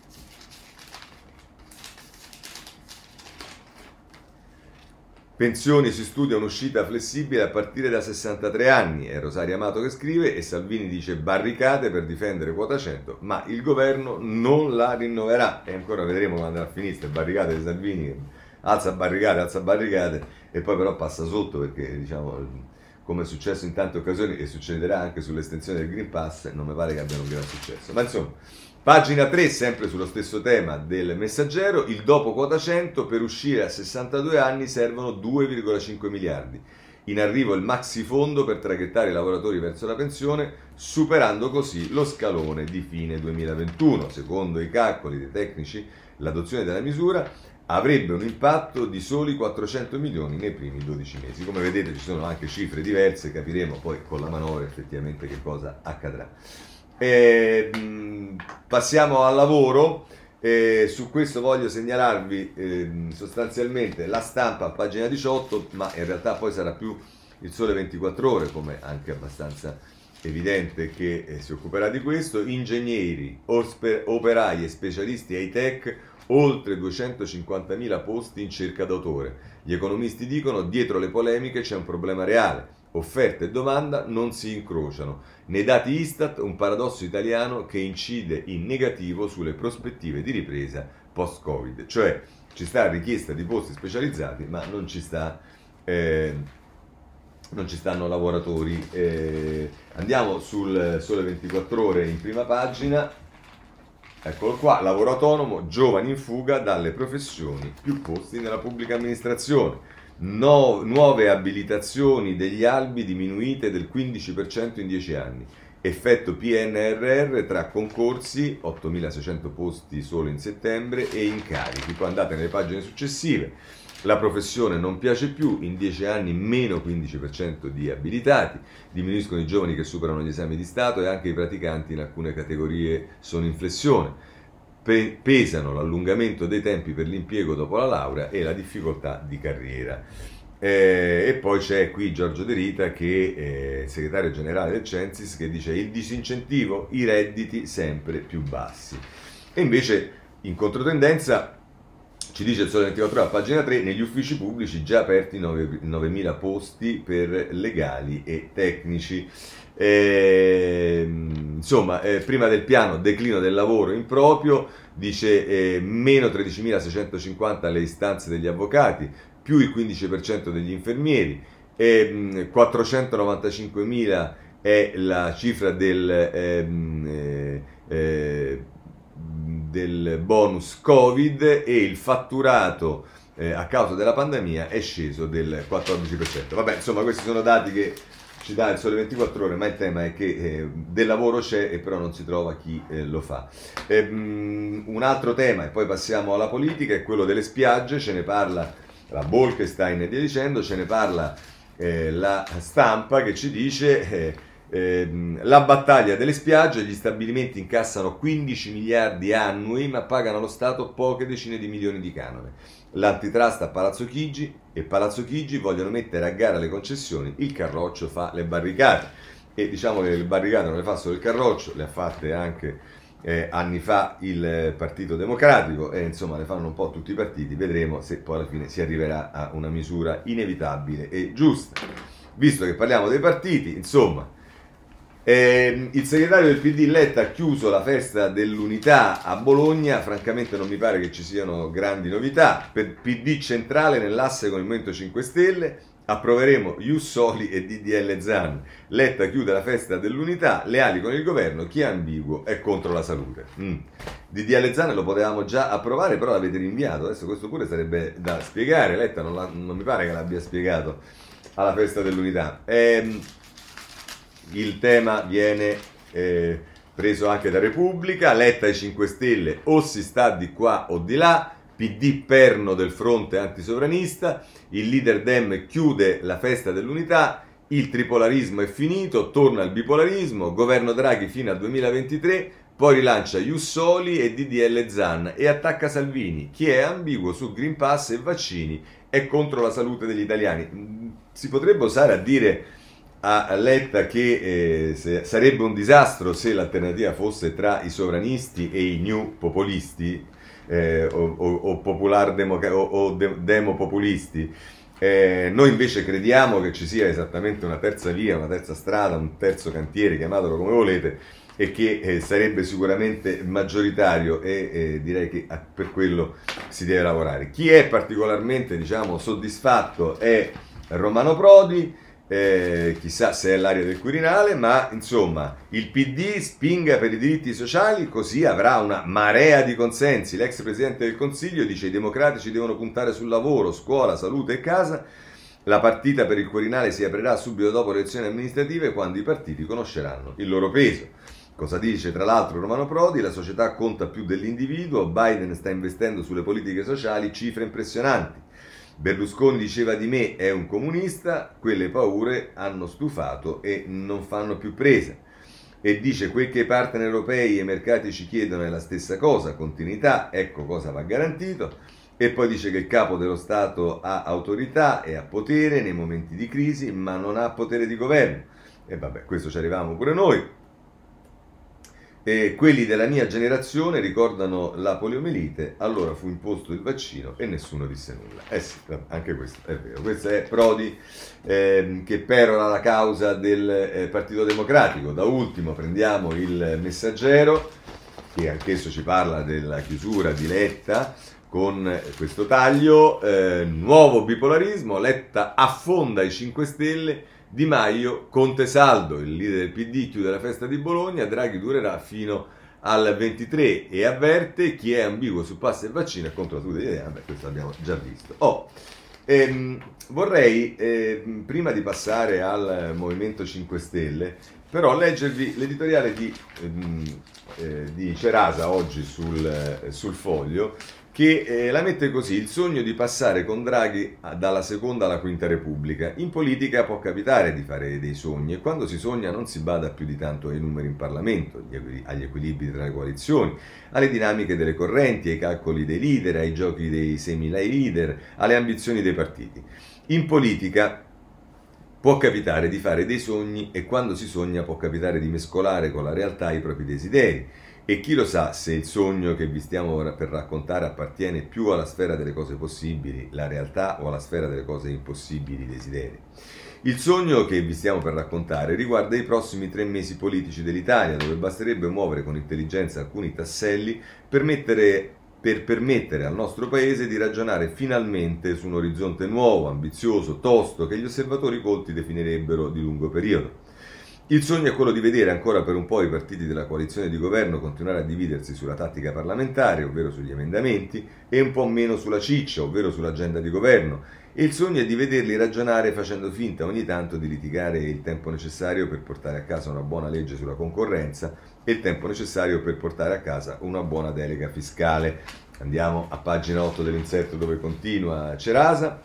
Pensioni, si studia un'uscita flessibile a partire da 63 anni, è Rosaria Amato che scrive, e Salvini dice barricate per difendere quota 100, ma il governo non la rinnoverà. E ancora vedremo quando andrà a finire queste barricate di Salvini, alza barricate, e poi però passa sotto, perché diciamo, come è successo in tante occasioni e succederà anche sull'estensione del Green Pass, non mi pare che abbiano un gran successo. Ma insomma, pagina 3, sempre sullo stesso tema del Messaggero, il dopo quota 100, per uscire a 62 anni servono 2,5 miliardi. In arrivo il maxi fondo per traghettare i lavoratori verso la pensione, superando così lo scalone di fine 2021. Secondo i calcoli dei tecnici, l'adozione della misura avrebbe un impatto di soli 400 milioni nei primi 12 mesi. Come vedete ci sono anche cifre diverse, capiremo poi con la manovra effettivamente che cosa accadrà. Passiamo al lavoro. Su questo voglio segnalarvi sostanzialmente la Stampa a pagina 18, ma in realtà poi sarà più il Sole 24 Ore, come anche abbastanza evidente, che si occuperà di questo. Ingegneri, operai e specialisti high-tech, oltre 250.000 posti in cerca d'autore. Gli economisti dicono: dietro le polemiche c'è un problema reale. Offerta e domanda non si incrociano. Nei dati Istat un paradosso italiano che incide in negativo sulle prospettive di ripresa post-Covid. Cioè ci sta richiesta di posti specializzati, ma non ci stanno lavoratori. Andiamo sul Sole 24 Ore in prima pagina. Eccolo qua: lavoro autonomo, giovani in fuga dalle professioni, più posti nella pubblica amministrazione. Nuove abilitazioni degli albi diminuite del 15% in 10 anni. Effetto PNRR tra concorsi, 8.600 posti solo in settembre, e incarichi. Poi andate nelle pagine successive. La professione non piace più, in 10 anni meno 15% di abilitati, diminuiscono i giovani che superano gli esami di Stato e anche i praticanti in alcune categorie sono in flessione. Pesano l'allungamento dei tempi per l'impiego dopo la laurea e la difficoltà di carriera. E poi c'è qui Giorgio De Rita, che è segretario generale del Censis, che dice: il disincentivo, i redditi sempre più bassi. E invece in controtendenza ci dice il Sole 24 Ore a pagina 3: negli uffici pubblici già aperti 9.000 posti per legali e tecnici. Insomma, prima del piano declino del lavoro improprio, dice meno 13.650 le istanze degli avvocati, più il 15% degli infermieri, 495.000 è la cifra del bonus Covid, e il fatturato a causa della pandemia è sceso del 14%. Vabbè, insomma, questi sono dati che ci dà il Sole 24 Ore, ma il tema è che del lavoro c'è e però non si trova chi lo fa. Un altro tema, e poi passiamo alla politica, è quello delle spiagge. Ce ne parla la Bolkestein e via dicendo, ce ne parla la Stampa, che ci dice la battaglia delle spiagge: gli stabilimenti incassano 15 miliardi annui ma pagano allo Stato poche decine di milioni di canone. L'antitrust a Palazzo Chigi, e Palazzo Chigi vogliono mettere a gara le concessioni, il Carroccio fa le barricate. E diciamo che le barricate non le fa solo il Carroccio, le ha fatte anche anni fa il Partito Democratico, e insomma le fanno un po' tutti i partiti. Vedremo se poi alla fine si arriverà a una misura inevitabile e giusta. Visto che parliamo dei partiti, insomma, il segretario del PD Letta ha chiuso la festa dell'unità a Bologna. Francamente non mi pare che ci siano grandi novità. Per PD centrale nell'asse con il Movimento 5 Stelle, approveremo Ius Soli e DDL Zan. Letta chiude la festa dell'unità, leali con il governo, chi è ambiguo è contro la salute. DDL Zan lo potevamo già approvare, però l'avete rinviato. Adesso questo pure sarebbe da spiegare. Letta non mi pare che l'abbia spiegato alla festa dell'unità. Il tema viene preso anche da Repubblica. Letta ai 5 Stelle: o si sta di qua o di là. PD perno del fronte antisovranista. Il leader Dem chiude la festa dell'unità. Il tripolarismo è finito, torna il bipolarismo. Governo Draghi fino al 2023. Poi rilancia Ius Soli e DDL Zan e attacca Salvini. Chi è ambiguo su Green Pass e vaccini è contro la salute degli italiani. Si potrebbe osare a dire a Letta che sarebbe un disastro se l'alternativa fosse tra i sovranisti e i new populisti, o demopopulisti. Noi invece crediamo che ci sia esattamente una terza via, una terza strada, un terzo cantiere, chiamatelo come volete, e che sarebbe sicuramente maggioritario, e direi che per quello si deve lavorare. Chi è particolarmente, diciamo, soddisfatto è Romano Prodi. Chissà se è l'aria del Quirinale, ma insomma il PD spinga per i diritti sociali, così avrà una marea di consensi. L'ex Presidente del Consiglio dice: i democratici devono puntare sul lavoro, scuola, salute e casa. La partita per il Quirinale si aprirà subito dopo le elezioni amministrative, quando i partiti conosceranno il loro peso. Cosa dice tra l'altro Romano Prodi? La società conta più dell'individuo, Biden sta investendo sulle politiche sociali cifre impressionanti. Berlusconi diceva di me è un comunista, quelle paure hanno stufato e non fanno più presa. E dice: quel che i partner europei e i mercati ci chiedono è la stessa cosa, continuità, ecco cosa va garantito. E poi dice che il capo dello Stato ha autorità e ha potere nei momenti di crisi, ma non ha potere di governo. E vabbè, questo ci arriviamo pure noi. E quelli della mia generazione ricordano la poliomielite, allora fu imposto il vaccino e nessuno disse nulla. Sì, anche questo è vero. Questo è Prodi che perora la causa del Partito Democratico. Da ultimo prendiamo il Messaggero, che anch'esso ci parla della chiusura di Letta con questo taglio. Nuovo bipolarismo, Letta affonda i 5 Stelle, Di Maio, Conte saldo, il leader del PD chiude la festa di Bologna, Draghi durerà fino al 23 e avverte: chi è ambiguo su pass e vaccino è contro la salute degli italiani. Questo l'abbiamo già visto. Vorrei, prima di passare al Movimento 5 Stelle, però leggervi l'editoriale di Cerasa oggi sul Foglio, che la mette così: il sogno di passare con Draghi dalla seconda alla quinta Repubblica. In politica può capitare di fare dei sogni, e quando si sogna non si bada più di tanto ai numeri in Parlamento, agli equilibri tra le coalizioni, alle dinamiche delle correnti, ai calcoli dei leader, ai giochi dei semi-leader, alle ambizioni dei partiti. In politica può capitare di fare dei sogni, e quando si sogna può capitare di mescolare con la realtà i propri desideri. E chi lo sa se il sogno che vi stiamo per raccontare appartiene più alla sfera delle cose possibili, la realtà, o alla sfera delle cose impossibili, i desideri. Il sogno che vi stiamo per raccontare riguarda i prossimi 3 mesi politici dell'Italia, dove basterebbe muovere con intelligenza alcuni tasselli per permettere al nostro paese di ragionare finalmente su un orizzonte nuovo, ambizioso, tosto, che gli osservatori colti definirebbero di lungo periodo. Il sogno è quello di vedere ancora per un po' i partiti della coalizione di governo continuare a dividersi sulla tattica parlamentare, ovvero sugli emendamenti, e un po' meno sulla ciccia, ovvero sull'agenda di governo. E il sogno è di vederli ragionare facendo finta ogni tanto di litigare il tempo necessario per portare a casa una buona legge sulla concorrenza e il tempo necessario per portare a casa una buona delega fiscale. Andiamo a pagina 8 dell'inserto dove continua Cerasa.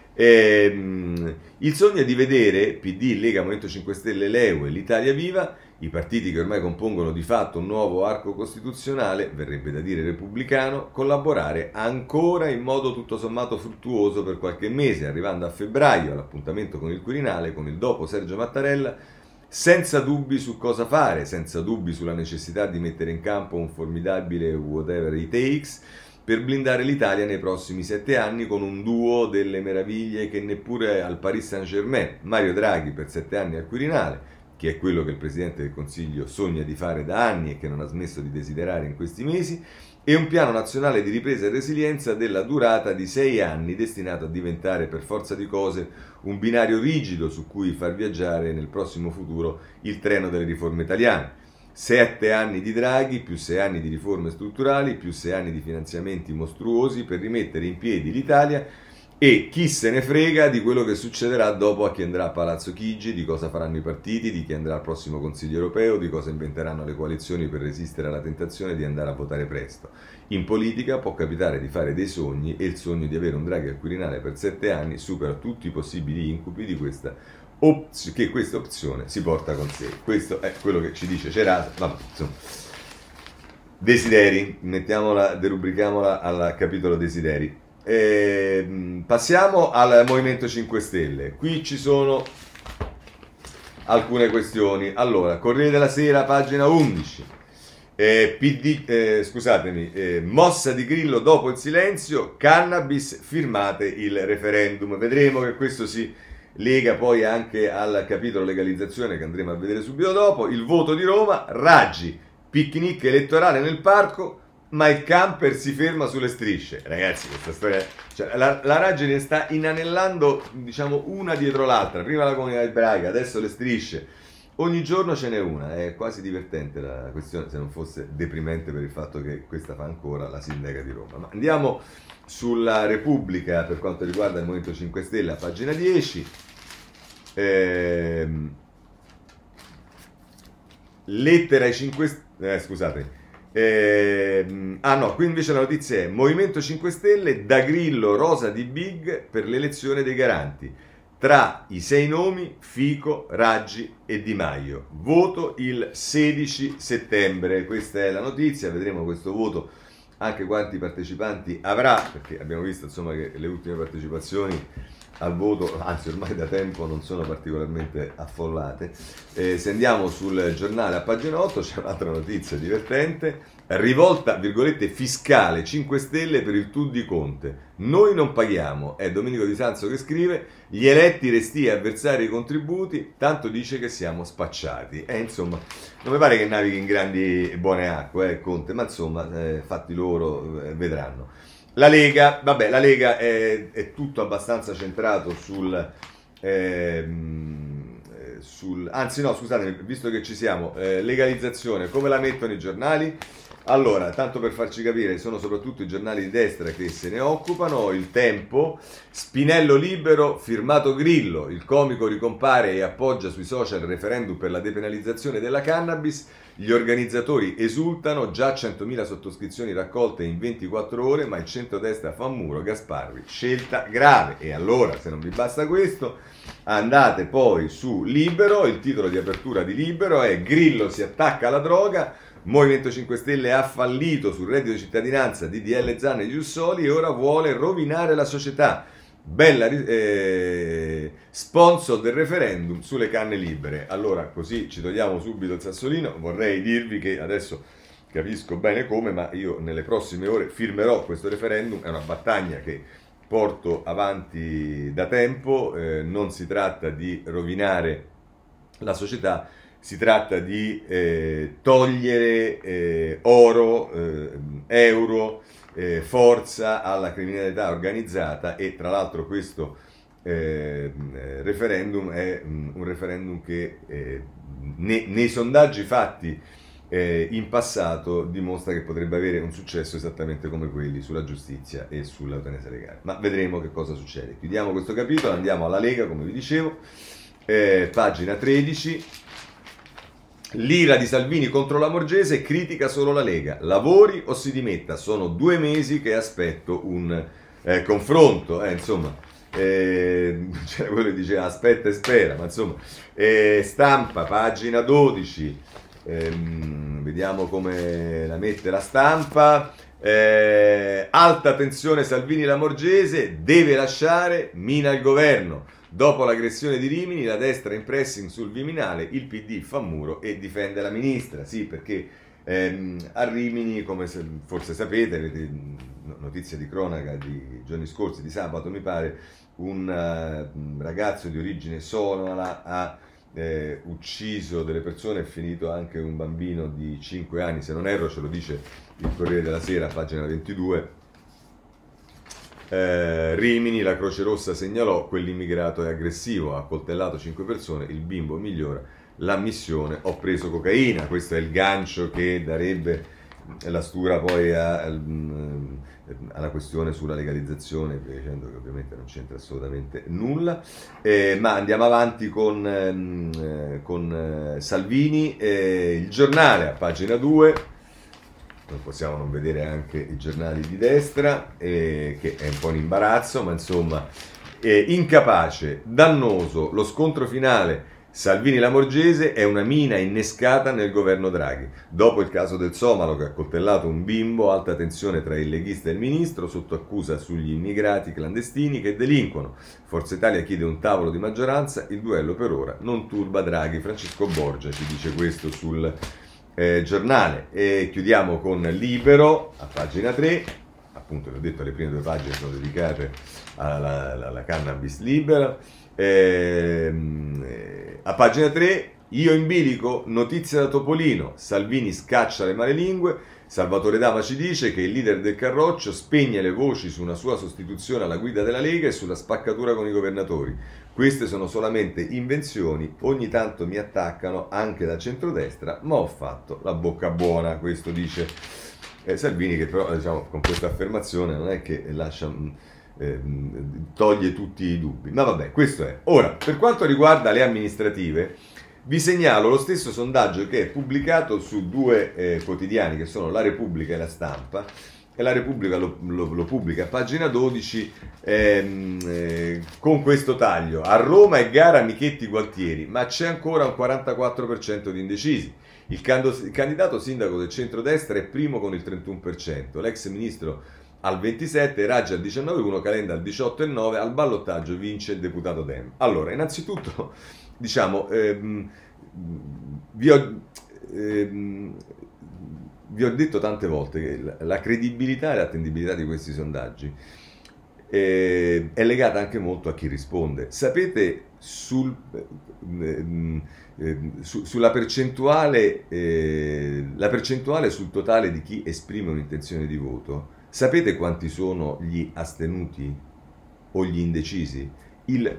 Il sogno è di vedere PD, Lega, Movimento 5 Stelle, Leu e l'Italia Viva, i partiti che ormai compongono di fatto un nuovo arco costituzionale, verrebbe da dire repubblicano, collaborare ancora in modo tutto sommato fruttuoso per qualche mese, arrivando a febbraio all'appuntamento con il Quirinale, con il dopo Sergio Mattarella, senza dubbi su cosa fare, senza dubbi sulla necessità di mettere in campo un formidabile whatever it takes per blindare l'Italia nei prossimi 7 anni con un duo delle meraviglie che neppure al Paris Saint-Germain, Mario Draghi per 7 anni al Quirinale, che è quello che il Presidente del Consiglio sogna di fare da anni e che non ha smesso di desiderare in questi mesi, e un piano nazionale di ripresa e resilienza della durata di 6 anni, destinato a diventare per forza di cose un binario rigido su cui far viaggiare nel prossimo futuro il treno delle riforme italiane. 7 anni di Draghi, più 6 anni di riforme strutturali, più 6 anni di finanziamenti mostruosi per rimettere in piedi l'Italia, e chi se ne frega di quello che succederà dopo a chi andrà a Palazzo Chigi, di cosa faranno i partiti, di chi andrà al prossimo Consiglio europeo, di cosa inventeranno le coalizioni per resistere alla tentazione di andare a votare presto. In politica può capitare di fare dei sogni e il sogno di avere un Draghi al Quirinale per 7 anni supera tutti i possibili incubi di che questa opzione si porta con sé. Questo è quello che ci dice Cerasa. Vabbè, insomma. Desideri, derubrichiamola al capitolo desideri. Passiamo al Movimento 5 Stelle. Qui ci sono alcune questioni. Allora, Corriere della Sera, pagina 11. Mossa di Grillo dopo il silenzio, cannabis, firmate il referendum. Vedremo che questo si lega poi anche al capitolo legalizzazione che andremo a vedere subito dopo. Il voto di Roma, Raggi, picnic elettorale nel parco, ma il camper si ferma sulle strisce. Ragazzi, questa storia, cioè, la Raggi ne sta inanellando, diciamo, una dietro l'altra. Prima la comunità ebraica, adesso le strisce. Ogni giorno ce n'è una. È quasi divertente la questione, se non fosse deprimente per il fatto che questa fa ancora la sindaca di Roma. Ma andiamo sulla Repubblica per quanto riguarda il Movimento 5 Stelle a pagina 10. Lettera ai 5 Stelle, scusate. Qui invece la notizia è Movimento 5 Stelle, da Grillo, Rosa di Big per l'elezione dei garanti. Tra i 6 nomi, Fico, Raggi e Di Maio. Voto il 16 settembre. Questa è la notizia. Vedremo questo voto anche quanti partecipanti avrà, perché abbiamo visto insomma che le ultime partecipazioni al voto, anzi ormai da tempo, non sono particolarmente affollate. Se andiamo sul giornale a pagina 8 c'è un'altra notizia divertente. Rivolta, virgolette, fiscale 5 Stelle per il tour di Conte. Noi non paghiamo, è Domenico Di Sanzo che scrive, gli eletti restia a versare i contributi, tanto dice che siamo spacciati. Insomma, non mi pare che navighi in grandi e buone acque, Conte, ma insomma, fatti loro, vedranno. La Lega è tutto abbastanza centrato anzi no, scusatemi, visto che ci siamo, legalizzazione, come la mettono i giornali? Allora, tanto per farci capire, sono soprattutto i giornali di destra che se ne occupano. Il Tempo, Spinello libero, firmato Grillo, il comico ricompare e appoggia sui social il referendum per la depenalizzazione della cannabis, gli organizzatori esultano, già 100.000 sottoscrizioni raccolte in 24 ore, ma il centrodestra fa un muro, Gasparri, scelta grave. E allora, se non vi basta questo, andate poi su Libero, il titolo di apertura di Libero è Grillo si attacca alla droga, Movimento 5 Stelle ha fallito sul reddito di cittadinanza, DDL Zan e Giussoli e ora vuole rovinare la società. Bella sponsor del referendum sulle canne libere. Allora, così ci togliamo subito il sassolino. Vorrei dirvi che adesso capisco bene come, ma io nelle prossime ore firmerò questo referendum. È una battaglia che porto avanti da tempo. Non si tratta di rovinare la società, si tratta di togliere oro, euro, forza alla criminalità organizzata, e tra l'altro questo referendum è un referendum che nei sondaggi fatti in passato dimostra che potrebbe avere un successo esattamente come quelli sulla giustizia e sull'eutanasia legale. Ma vedremo che cosa succede. Chiudiamo questo capitolo, andiamo alla Lega, come vi dicevo, pagina 13. L'ira di Salvini contro la Lamorgese, critica solo la Lega. Lavori o si dimetta? Sono 2 mesi che aspetto un confronto. Insomma, c'era quello che diceva aspetta e spera, ma insomma, Stampa, pagina 12. Vediamo come la mette la Stampa. Alta tensione Salvini-Lamorgese, deve lasciare, mina il governo. Dopo l'aggressione di Rimini, la destra in pressing sul Viminale, il PD fa muro e difende la ministra. Sì, perché a Rimini, come forse sapete, avete notizia di cronaca di giorni scorsi, di sabato mi pare, un ragazzo di origine somala ha ucciso delle persone, è finito anche un bambino di 5 anni, se non erro, ce lo dice il Corriere della Sera, pagina 22. Rimini, la Croce Rossa segnalò quell'immigrato è aggressivo, ha accoltellato 5 persone, il bimbo migliora, l'ammissione, ho preso cocaina. Questo è il gancio che darebbe la Stura poi alla questione sulla legalizzazione, dicendo che ovviamente non c'entra assolutamente nulla. Ma andiamo avanti con Salvini, il Giornale a pagina 2. Non possiamo non vedere anche i giornali di destra, che è un po' in imbarazzo, ma insomma, incapace, dannoso, lo scontro finale Salvini-Lamorgese è una mina innescata nel governo Draghi. Dopo il caso del somalo che ha accoltellato un bimbo, alta tensione tra il leghista e il ministro, sotto accusa sugli immigrati clandestini che delinquono. Forza Italia chiede un tavolo di maggioranza, il duello per ora non turba Draghi. Francesco Borgia ci dice questo sul Giornale. E chiudiamo con Libero a pagina 3. Appunto, vi ho detto, le prime 2 pagine sono dedicate alla cannabis libera. A pagina 3, io in bilico, notizia da Topolino, Salvini scaccia le malelingue, Salvatore Dama ci dice che il leader del Carroccio spegne le voci su una sua sostituzione alla guida della Lega e sulla spaccatura con i governatori. Queste sono solamente invenzioni, ogni tanto mi attaccano anche da centrodestra, ma ho fatto la bocca buona, questo dice Salvini, che però diciamo, con questa affermazione non è che lascia, toglie tutti i dubbi, ma vabbè, questo è. Ora, per quanto riguarda le amministrative, vi segnalo lo stesso sondaggio che è pubblicato su 2 quotidiani, che sono La Repubblica e La Stampa. E La Repubblica lo pubblica a pagina 12 con questo taglio: a Roma è gara Michetti-Gualtieri, ma c'è ancora un 44% di indecisi. Il candidato sindaco del centrodestra è primo con il 31%, l'ex ministro al 27%, Raggi al 19,1%, Calenda al 18,9%, al ballottaggio vince il deputato Dem. Allora, innanzitutto, diciamo, vi ho detto tante volte che la credibilità e l'attendibilità di questi sondaggi è legata anche molto a chi risponde. Sapete, sulla percentuale, la percentuale sul totale di chi esprime un'intenzione di voto, sapete quanti sono gli astenuti o gli indecisi? Il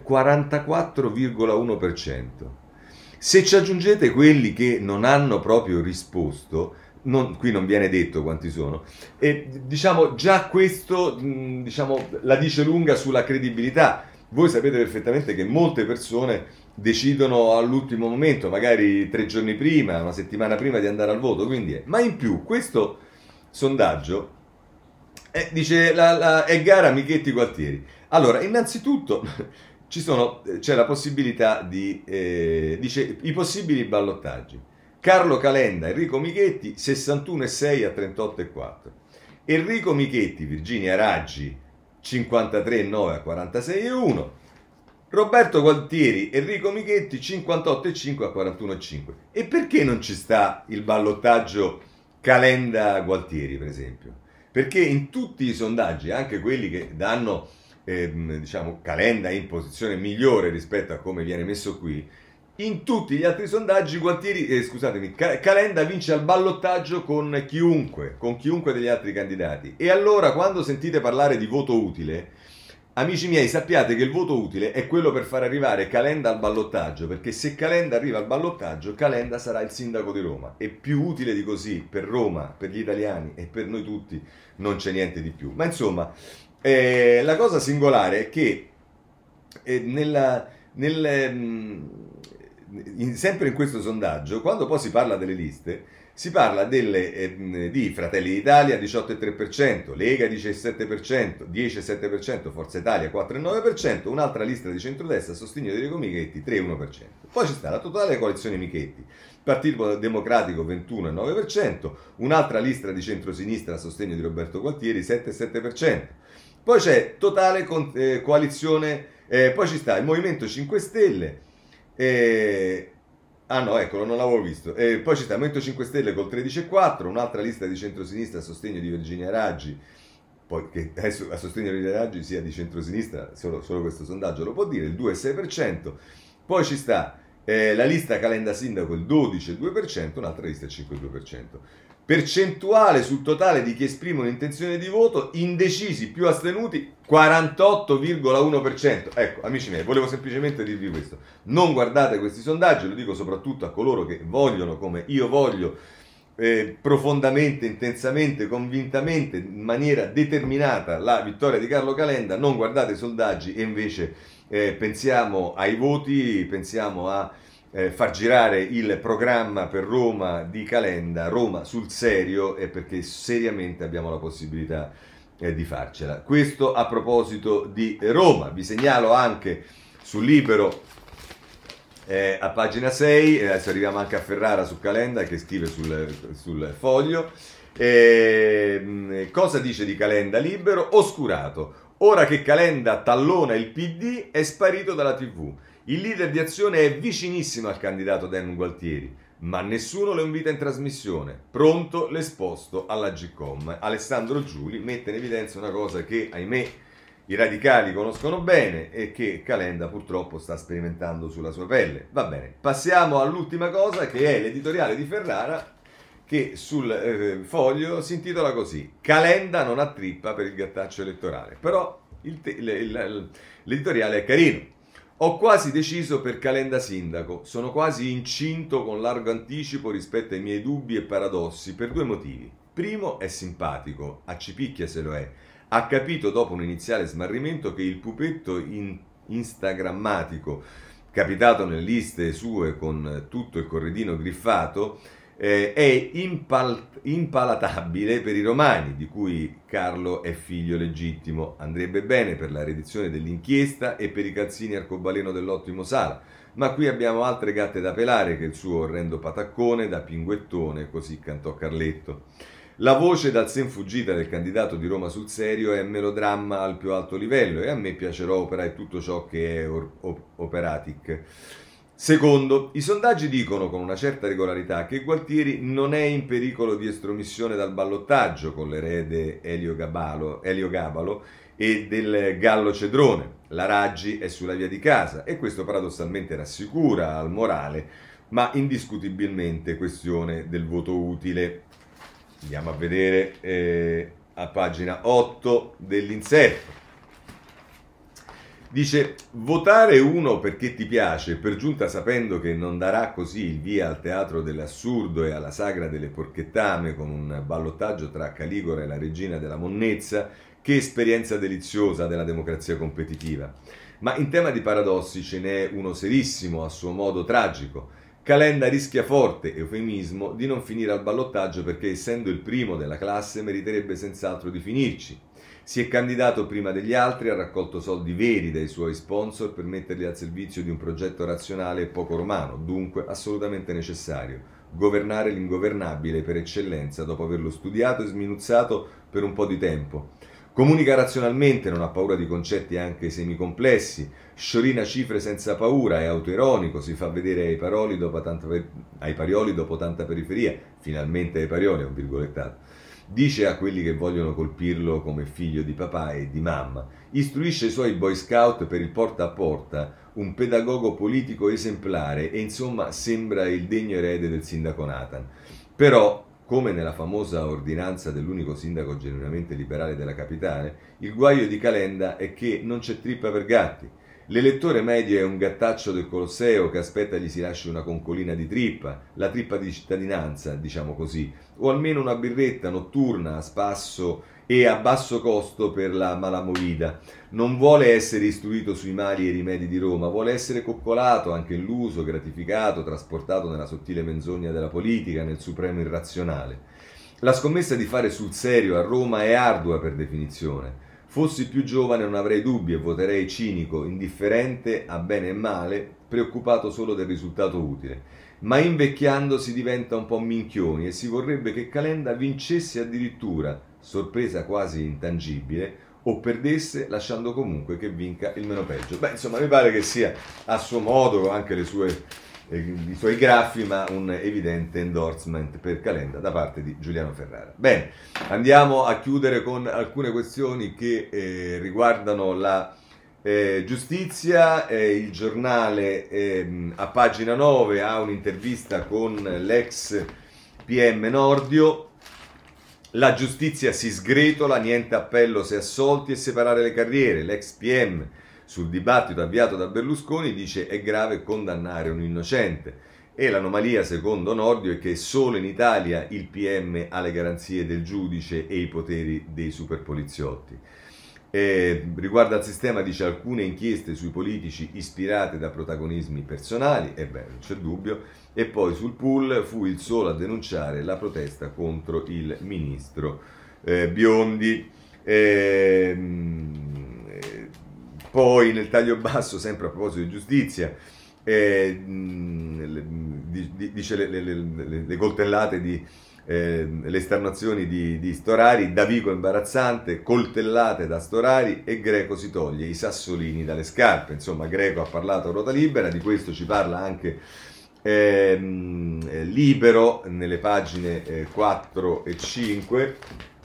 44,1%. Se ci aggiungete quelli che non hanno proprio risposto, qui non viene detto quanti sono, e diciamo già questo diciamo, la dice lunga sulla credibilità. Voi sapete perfettamente che molte persone decidono all'ultimo momento, magari 3 giorni prima, una settimana prima di andare al voto, quindi ma in più questo sondaggio dice è gara Michetti-Gualtieri. Allora, innanzitutto c'è la possibilità dice i possibili ballottaggi: Carlo Calenda, Enrico Michetti 61,6 a 38,4, Enrico Michetti, Virginia Raggi 53,9 a 46,1, Roberto Gualtieri, Enrico Michetti 58,5 a 41,5. E perché non ci sta il ballottaggio Calenda-Gualtieri, per esempio? Perché in tutti i sondaggi, anche quelli che danno diciamo Calenda in posizione migliore rispetto a come viene messo qui, in tutti gli altri sondaggi Calenda vince al ballottaggio con chiunque degli altri candidati. E allora, quando sentite parlare di voto utile, amici miei, sappiate che il voto utile è quello per far arrivare Calenda al ballottaggio, perché se Calenda arriva al ballottaggio, Calenda sarà il sindaco di Roma. E più utile di così per Roma, per gli italiani e per noi tutti non c'è niente di più. Ma insomma, la cosa singolare è che sempre in questo sondaggio, quando poi si parla delle liste, si parla di Fratelli d'Italia 18,3%, Lega 17%, 10,7%, Forza Italia 4,9%, un'altra lista di centrodestra a sostegno di Enrico Michetti 3,1%. Poi c'è sta la totale coalizione Michetti, Partito Democratico 21,9%, un'altra lista di centrosinistra a sostegno di Roberto Gualtieri 7,7%. Poi c'è totale coalizione, poi ci sta il Movimento 5 Stelle. Ah no, eccolo, non l'avevo visto. Poi ci sta il Movimento 5 Stelle col 13,4%, un'altra lista di centrosinistra a sostegno di Virginia Raggi, poi che adesso a sostegno di Virginia Raggi sia di centrosinistra, solo questo sondaggio lo può dire, il 2,6%. Poi ci sta la lista Calenda Sindaco il 12,2%, un'altra lista il 5,2%. Percentuale sul totale di chi esprime un'intenzione di voto, indecisi più astenuti 48,1%. Ecco, amici miei, volevo semplicemente dirvi questo. Non guardate questi sondaggi, lo dico soprattutto a coloro che vogliono, come io voglio, profondamente, intensamente, convintamente, in maniera determinata la vittoria di Carlo Calenda. Non guardate i sondaggi e invece pensiamo ai voti, pensiamo a far girare il programma per Roma di Calenda, Roma sul serio, perché seriamente abbiamo la possibilità di farcela. Questo a proposito di Roma. Vi segnalo anche sul Libero a pagina 6, adesso arriviamo anche a Ferrara su Calenda che scrive sul foglio. Cosa dice di Calenda Libero? Oscurato. Ora che Calenda tallona il PD è sparito dalla TV. Il leader di Azione è vicinissimo al candidato Dem Gualtieri, ma nessuno lo invita in trasmissione. Pronto l'esposto alla Gcom. Alessandro Giuli mette in evidenza una cosa che, ahimè, i radicali conoscono bene e che Calenda purtroppo sta sperimentando sulla sua pelle. Va bene, passiamo all'ultima cosa, che è l'editoriale di Ferrara, che sul foglio si intitola così: Calenda non ha trippa per il gattaccio elettorale. Però l'editoriale è carino. Ho quasi deciso per Calenda sindaco, sono quasi incinto con largo anticipo rispetto ai miei dubbi e paradossi per due motivi. Primo, è simpatico, accipicchia se lo è, ha capito dopo un iniziale smarrimento che il pupetto instagrammatico capitato nelle liste sue con tutto il corredino griffato è impalatabile per i romani, di cui Carlo è figlio legittimo. Andrebbe bene per la reedizione dell'inchiesta e per i calzini arcobaleno dell'ottimo Sala, ma qui abbiamo altre gatte da pelare che il suo orrendo pataccone da pinguettone, così cantò Carletto. La voce dal sen fuggita del candidato di Roma sul serio è melodramma al più alto livello e a me piacerà operare tutto ciò che è operatic. Secondo, i sondaggi dicono con una certa regolarità che Gualtieri non è in pericolo di estromissione dal ballottaggio con l'erede Elio Gabalo e del Gallo Cedrone. La Raggi è sulla via di casa e questo paradossalmente rassicura al morale, ma indiscutibilmente questione del voto utile. Andiamo a vedere a pagina 8 dell'inserto. Dice: votare uno perché ti piace, per giunta sapendo che non darà così il via al teatro dell'assurdo e alla sagra delle porchettame con un ballottaggio tra Caligula e la regina della monnezza, che esperienza deliziosa della democrazia competitiva. Ma in tema di paradossi ce n'è uno serissimo, a suo modo tragico. Calenda rischia forte, eufemismo, di non finire al ballottaggio perché, essendo il primo della classe, meriterebbe senz'altro di finirci. Si è candidato prima degli altri, ha raccolto soldi veri dai suoi sponsor per metterli al servizio di un progetto razionale e poco romano, dunque assolutamente necessario. Governare l'ingovernabile per eccellenza dopo averlo studiato e sminuzzato per un po' di tempo. Comunica razionalmente, non ha paura di concetti anche semicomplessi, sciorina cifre senza paura, è autoironico, si fa vedere ai parioli dopo tanta periferia, finalmente ai parioli, è un virgolettato. Dice a quelli che vogliono colpirlo come figlio di papà e di mamma, istruisce i suoi boy scout per il porta a porta, un pedagogo politico esemplare e insomma sembra il degno erede del sindaco Nathan. Però come nella famosa ordinanza dell'unico sindaco genuinamente liberale della capitale, il guaio di Calenda è che non c'è trippa per gatti. L'elettore medio è un gattaccio del Colosseo che aspetta gli si lasci una concolina di trippa, la trippa di cittadinanza, diciamo così, o almeno una birretta notturna a spasso e a basso costo per la malamovida. Non vuole essere istruito sui mali e i rimedi di Roma, vuole essere coccolato, anche illuso, gratificato, trasportato nella sottile menzogna della politica, nel supremo irrazionale. La scommessa di fare sul serio a Roma è ardua per definizione. Fossi più giovane non avrei dubbi e voterei cinico, indifferente a bene e male, preoccupato solo del risultato utile. Ma invecchiando si diventa un po' minchioni e si vorrebbe che Calenda vincesse addirittura, sorpresa quasi intangibile, o perdesse lasciando comunque che vinca il meno peggio. Beh, insomma, mi pare che sia a suo modo, anche i suoi graffi, ma un evidente endorsement per Calenda da parte di Giuliano Ferrara. Bene, andiamo a chiudere con alcune questioni che riguardano la giustizia. Il giornale a pagina 9 ha un'intervista con l'ex PM Nordio. La giustizia si sgretola, niente appello se assolti e separare le carriere. L'ex PM sul dibattito avviato da Berlusconi dice è grave condannare un innocente. E l'anomalia secondo Nordio è che solo in Italia il PM ha le garanzie del giudice e i poteri dei superpoliziotti. Riguardo al sistema dice alcune inchieste sui politici ispirate da protagonismi personali, e beh, non c'è dubbio, e poi sul pool fu il solo a denunciare la protesta contro il ministro Biondi. Poi nel taglio basso, sempre a proposito di giustizia, dice le coltellate le esternazioni di Storari, Davigo imbarazzante, coltellate da Storari e Greco si toglie i sassolini dalle scarpe. Insomma, Greco ha parlato a ruota libera, di questo ci parla anche Libero nelle pagine 4 e 5.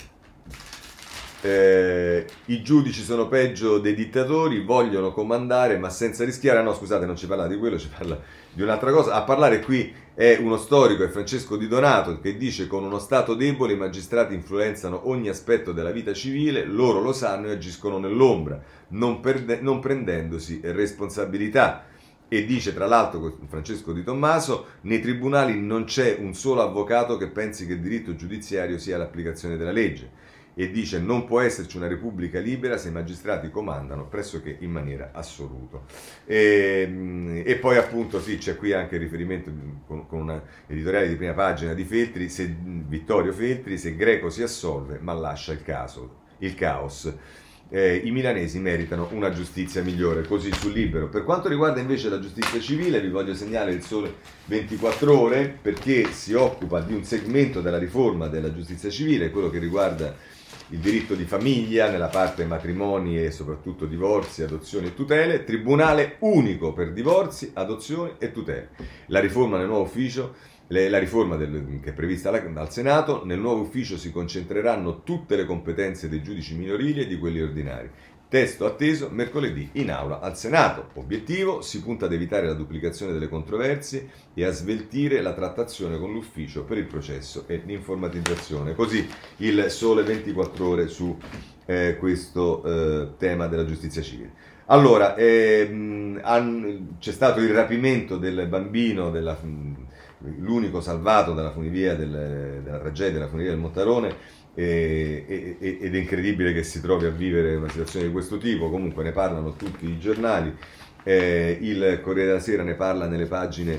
I giudici sono peggio dei dittatori, vogliono comandare ma senza rischiare. No, scusate, non ci parla di quello, ci parla di un'altra cosa. A parlare qui è uno storico, è Francesco Di Donato, che dice: con uno Stato debole i magistrati influenzano ogni aspetto della vita civile, loro lo sanno e agiscono nell'ombra, non prendendosi responsabilità. E dice tra l'altro Francesco Di Tommaso: nei tribunali non c'è un solo avvocato che pensi che il diritto giudiziario sia l'applicazione della legge. E dice: non può esserci una repubblica libera se i magistrati comandano pressoché in maniera assoluta. E poi appunto sì, c'è qui anche il riferimento con una editoriale di prima pagina di Feltri, Vittorio Feltri: se Greco si assolve ma lascia il caos. I milanesi meritano una giustizia migliore, così sul Libero. Per quanto riguarda invece la giustizia civile, vi voglio segnalare il Sole 24 Ore, perché si occupa di un segmento della riforma della giustizia civile, quello che riguarda il diritto di famiglia nella parte matrimoni e soprattutto divorzi, adozioni e tutele, tribunale unico per divorzi, adozioni e tutele. La riforma nel nuovo ufficio, la riforma che è prevista dal Senato, nel nuovo ufficio si concentreranno tutte le competenze dei giudici minorili e di quelli ordinari. Testo atteso mercoledì in aula al Senato. Obiettivo: si punta ad evitare la duplicazione delle controversie e a sveltire la trattazione con l'ufficio per il processo e l'informatizzazione. Così il Sole 24 Ore su questo tema della giustizia civile. Allora, c'è stato il rapimento del bambino, l'unico salvato dalla funivia della tragedia della funivia del Mottarone. Ed è incredibile che si trovi a vivere una situazione di questo tipo. Comunque ne parlano tutti i giornali, il Corriere della Sera ne parla nelle pagine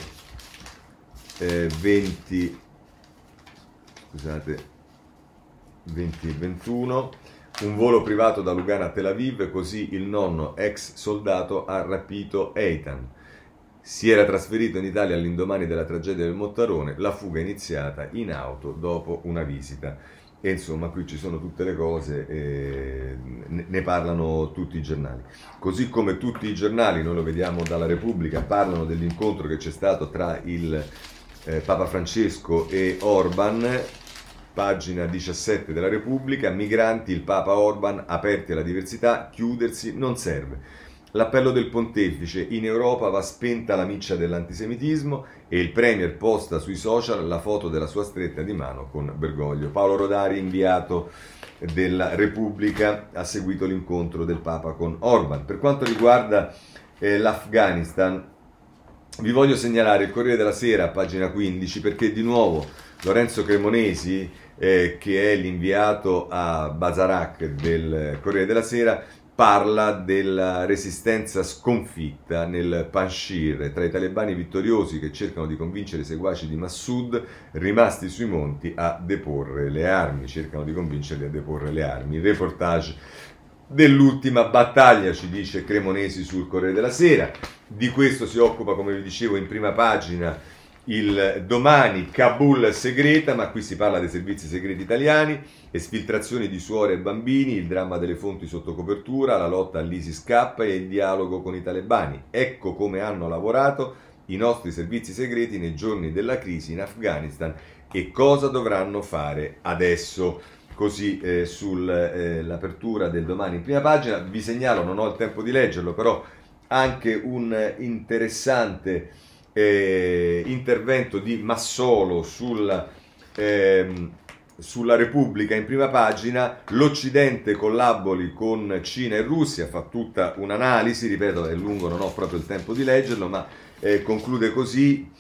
20 e 21. Un volo privato da Lugano a Tel Aviv, così il nonno ex soldato ha rapito Eitan. Si era trasferito in Italia all'indomani della tragedia del Mottarone, la fuga è iniziata in auto dopo una visita. E insomma qui ci sono tutte le cose, ne parlano tutti i giornali. Così come tutti i giornali, noi lo vediamo dalla Repubblica, parlano dell'incontro che c'è stato tra il Papa Francesco e Orban, pagina 17 della Repubblica: migranti, il Papa Orban, aperti alla diversità, chiudersi non serve. L'appello del pontefice: in Europa va spenta la miccia dell'antisemitismo, e il premier posta sui social la foto della sua stretta di mano con Bergoglio. Paolo Rodari, inviato della Repubblica, ha seguito l'incontro del Papa con Orban. Per quanto riguarda l'Afghanistan, vi voglio segnalare il Corriere della Sera, pagina 15, perché di nuovo Lorenzo Cremonesi, che è l'inviato a Bazarak del Corriere della Sera, parla della resistenza sconfitta nel Panjshir tra i talebani vittoriosi che cercano di convincere i seguaci di Massoud rimasti sui monti a deporre le armi. Cercano di convincerli a deporre le armi. Il reportage dell'ultima battaglia, ci dice Cremonesi sul Corriere della Sera. Di questo si occupa, come vi dicevo, in prima pagina il Domani. Kabul segreta, ma qui si parla dei servizi segreti italiani, esfiltrazioni di suore e bambini, il dramma delle fonti sotto copertura, la lotta all'ISIS-K e il dialogo con i talebani. Ecco come hanno lavorato i nostri servizi segreti nei giorni della crisi in Afghanistan e cosa dovranno fare adesso. Così sull'apertura del Domani in prima pagina. Vi segnalo, non ho il tempo di leggerlo, però anche un interessante intervento di Massolo sulla Repubblica in prima pagina. L'Occidente collabori con Cina e Russia, fa tutta un'analisi, ripeto è lungo, non ho proprio il tempo di leggerlo, ma conclude così.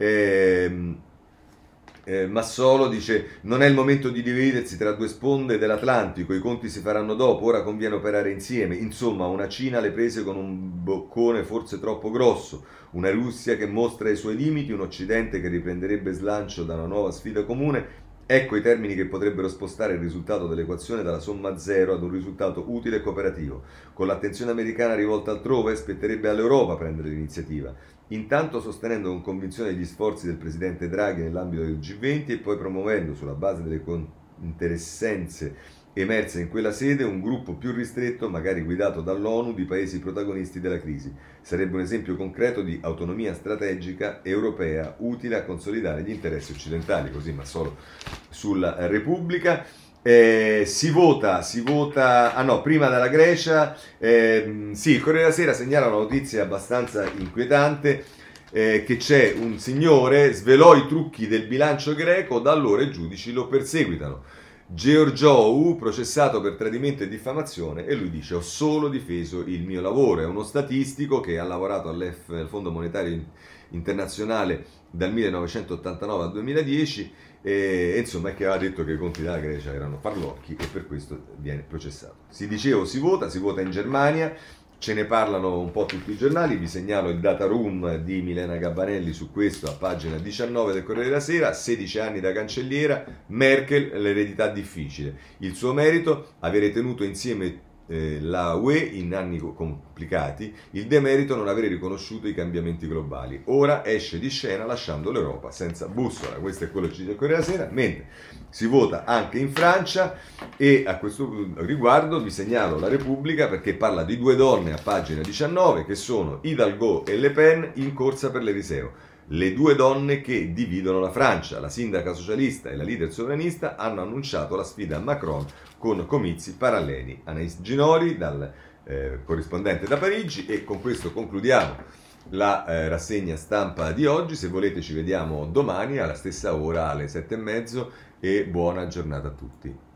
Massolo dice: non è il momento di dividersi tra due sponde dell'Atlantico, i conti si faranno dopo, ora conviene operare insieme. Insomma, una Cina alle prese con un boccone forse troppo grosso, una Russia che mostra i suoi limiti, un Occidente che riprenderebbe slancio da una nuova sfida comune. Ecco i termini che potrebbero spostare il risultato dell'equazione dalla somma zero ad un risultato utile e cooperativo. Con l'attenzione americana rivolta altrove, spetterebbe all'Europa prendere l'iniziativa, intanto sostenendo con convinzione gli sforzi del presidente Draghi nell'ambito del G20 e poi promuovendo, sulla base delle interessenze emerse in quella sede, un gruppo più ristretto, magari guidato dall'ONU, di paesi protagonisti della crisi. Sarebbe un esempio concreto di autonomia strategica europea utile a consolidare gli interessi occidentali. Così, ma solo sulla Repubblica. Si vota, prima dalla Grecia, sì, il Corriere della Sera segnala una notizia abbastanza inquietante, che c'è un signore, svelò i trucchi del bilancio greco, da allora i giudici lo perseguitano. Georgiou, processato per tradimento e diffamazione, e lui dice: ho solo difeso il mio lavoro. È uno statistico che ha lavorato al Fondo Monetario Internazionale dal 1989 al 2010 e insomma, che aveva detto che i conti della Grecia erano farlocchi e per questo viene processato. Si vota in Germania. Ce ne parlano un po' tutti i giornali, vi segnalo il data room di Milena Gabbanelli su questo a pagina 19 del Corriere della Sera. 16 anni da cancelliera, Merkel, l'eredità difficile. Il suo merito, avere tenuto insieme la UE in anni complicati, il demerito non avere riconosciuto i cambiamenti globali. Ora esce di scena lasciando l'Europa senza bussola. Questo è quello che ci dice il Corriere della Sera, mentre si vota anche in Francia e a questo riguardo vi segnalo la Repubblica perché parla di due donne a pagina 19 che sono Hidalgo e Le Pen in corsa per l'Eliseo. Le due donne che dividono la Francia, la sindaca socialista e la leader sovranista, hanno annunciato la sfida a Macron con comizi paralleli. Anaïs Ginori, dal corrispondente da Parigi, e con questo concludiamo la rassegna stampa di oggi. Se volete ci vediamo domani alla stessa ora alle 7:30 e buona giornata a tutti.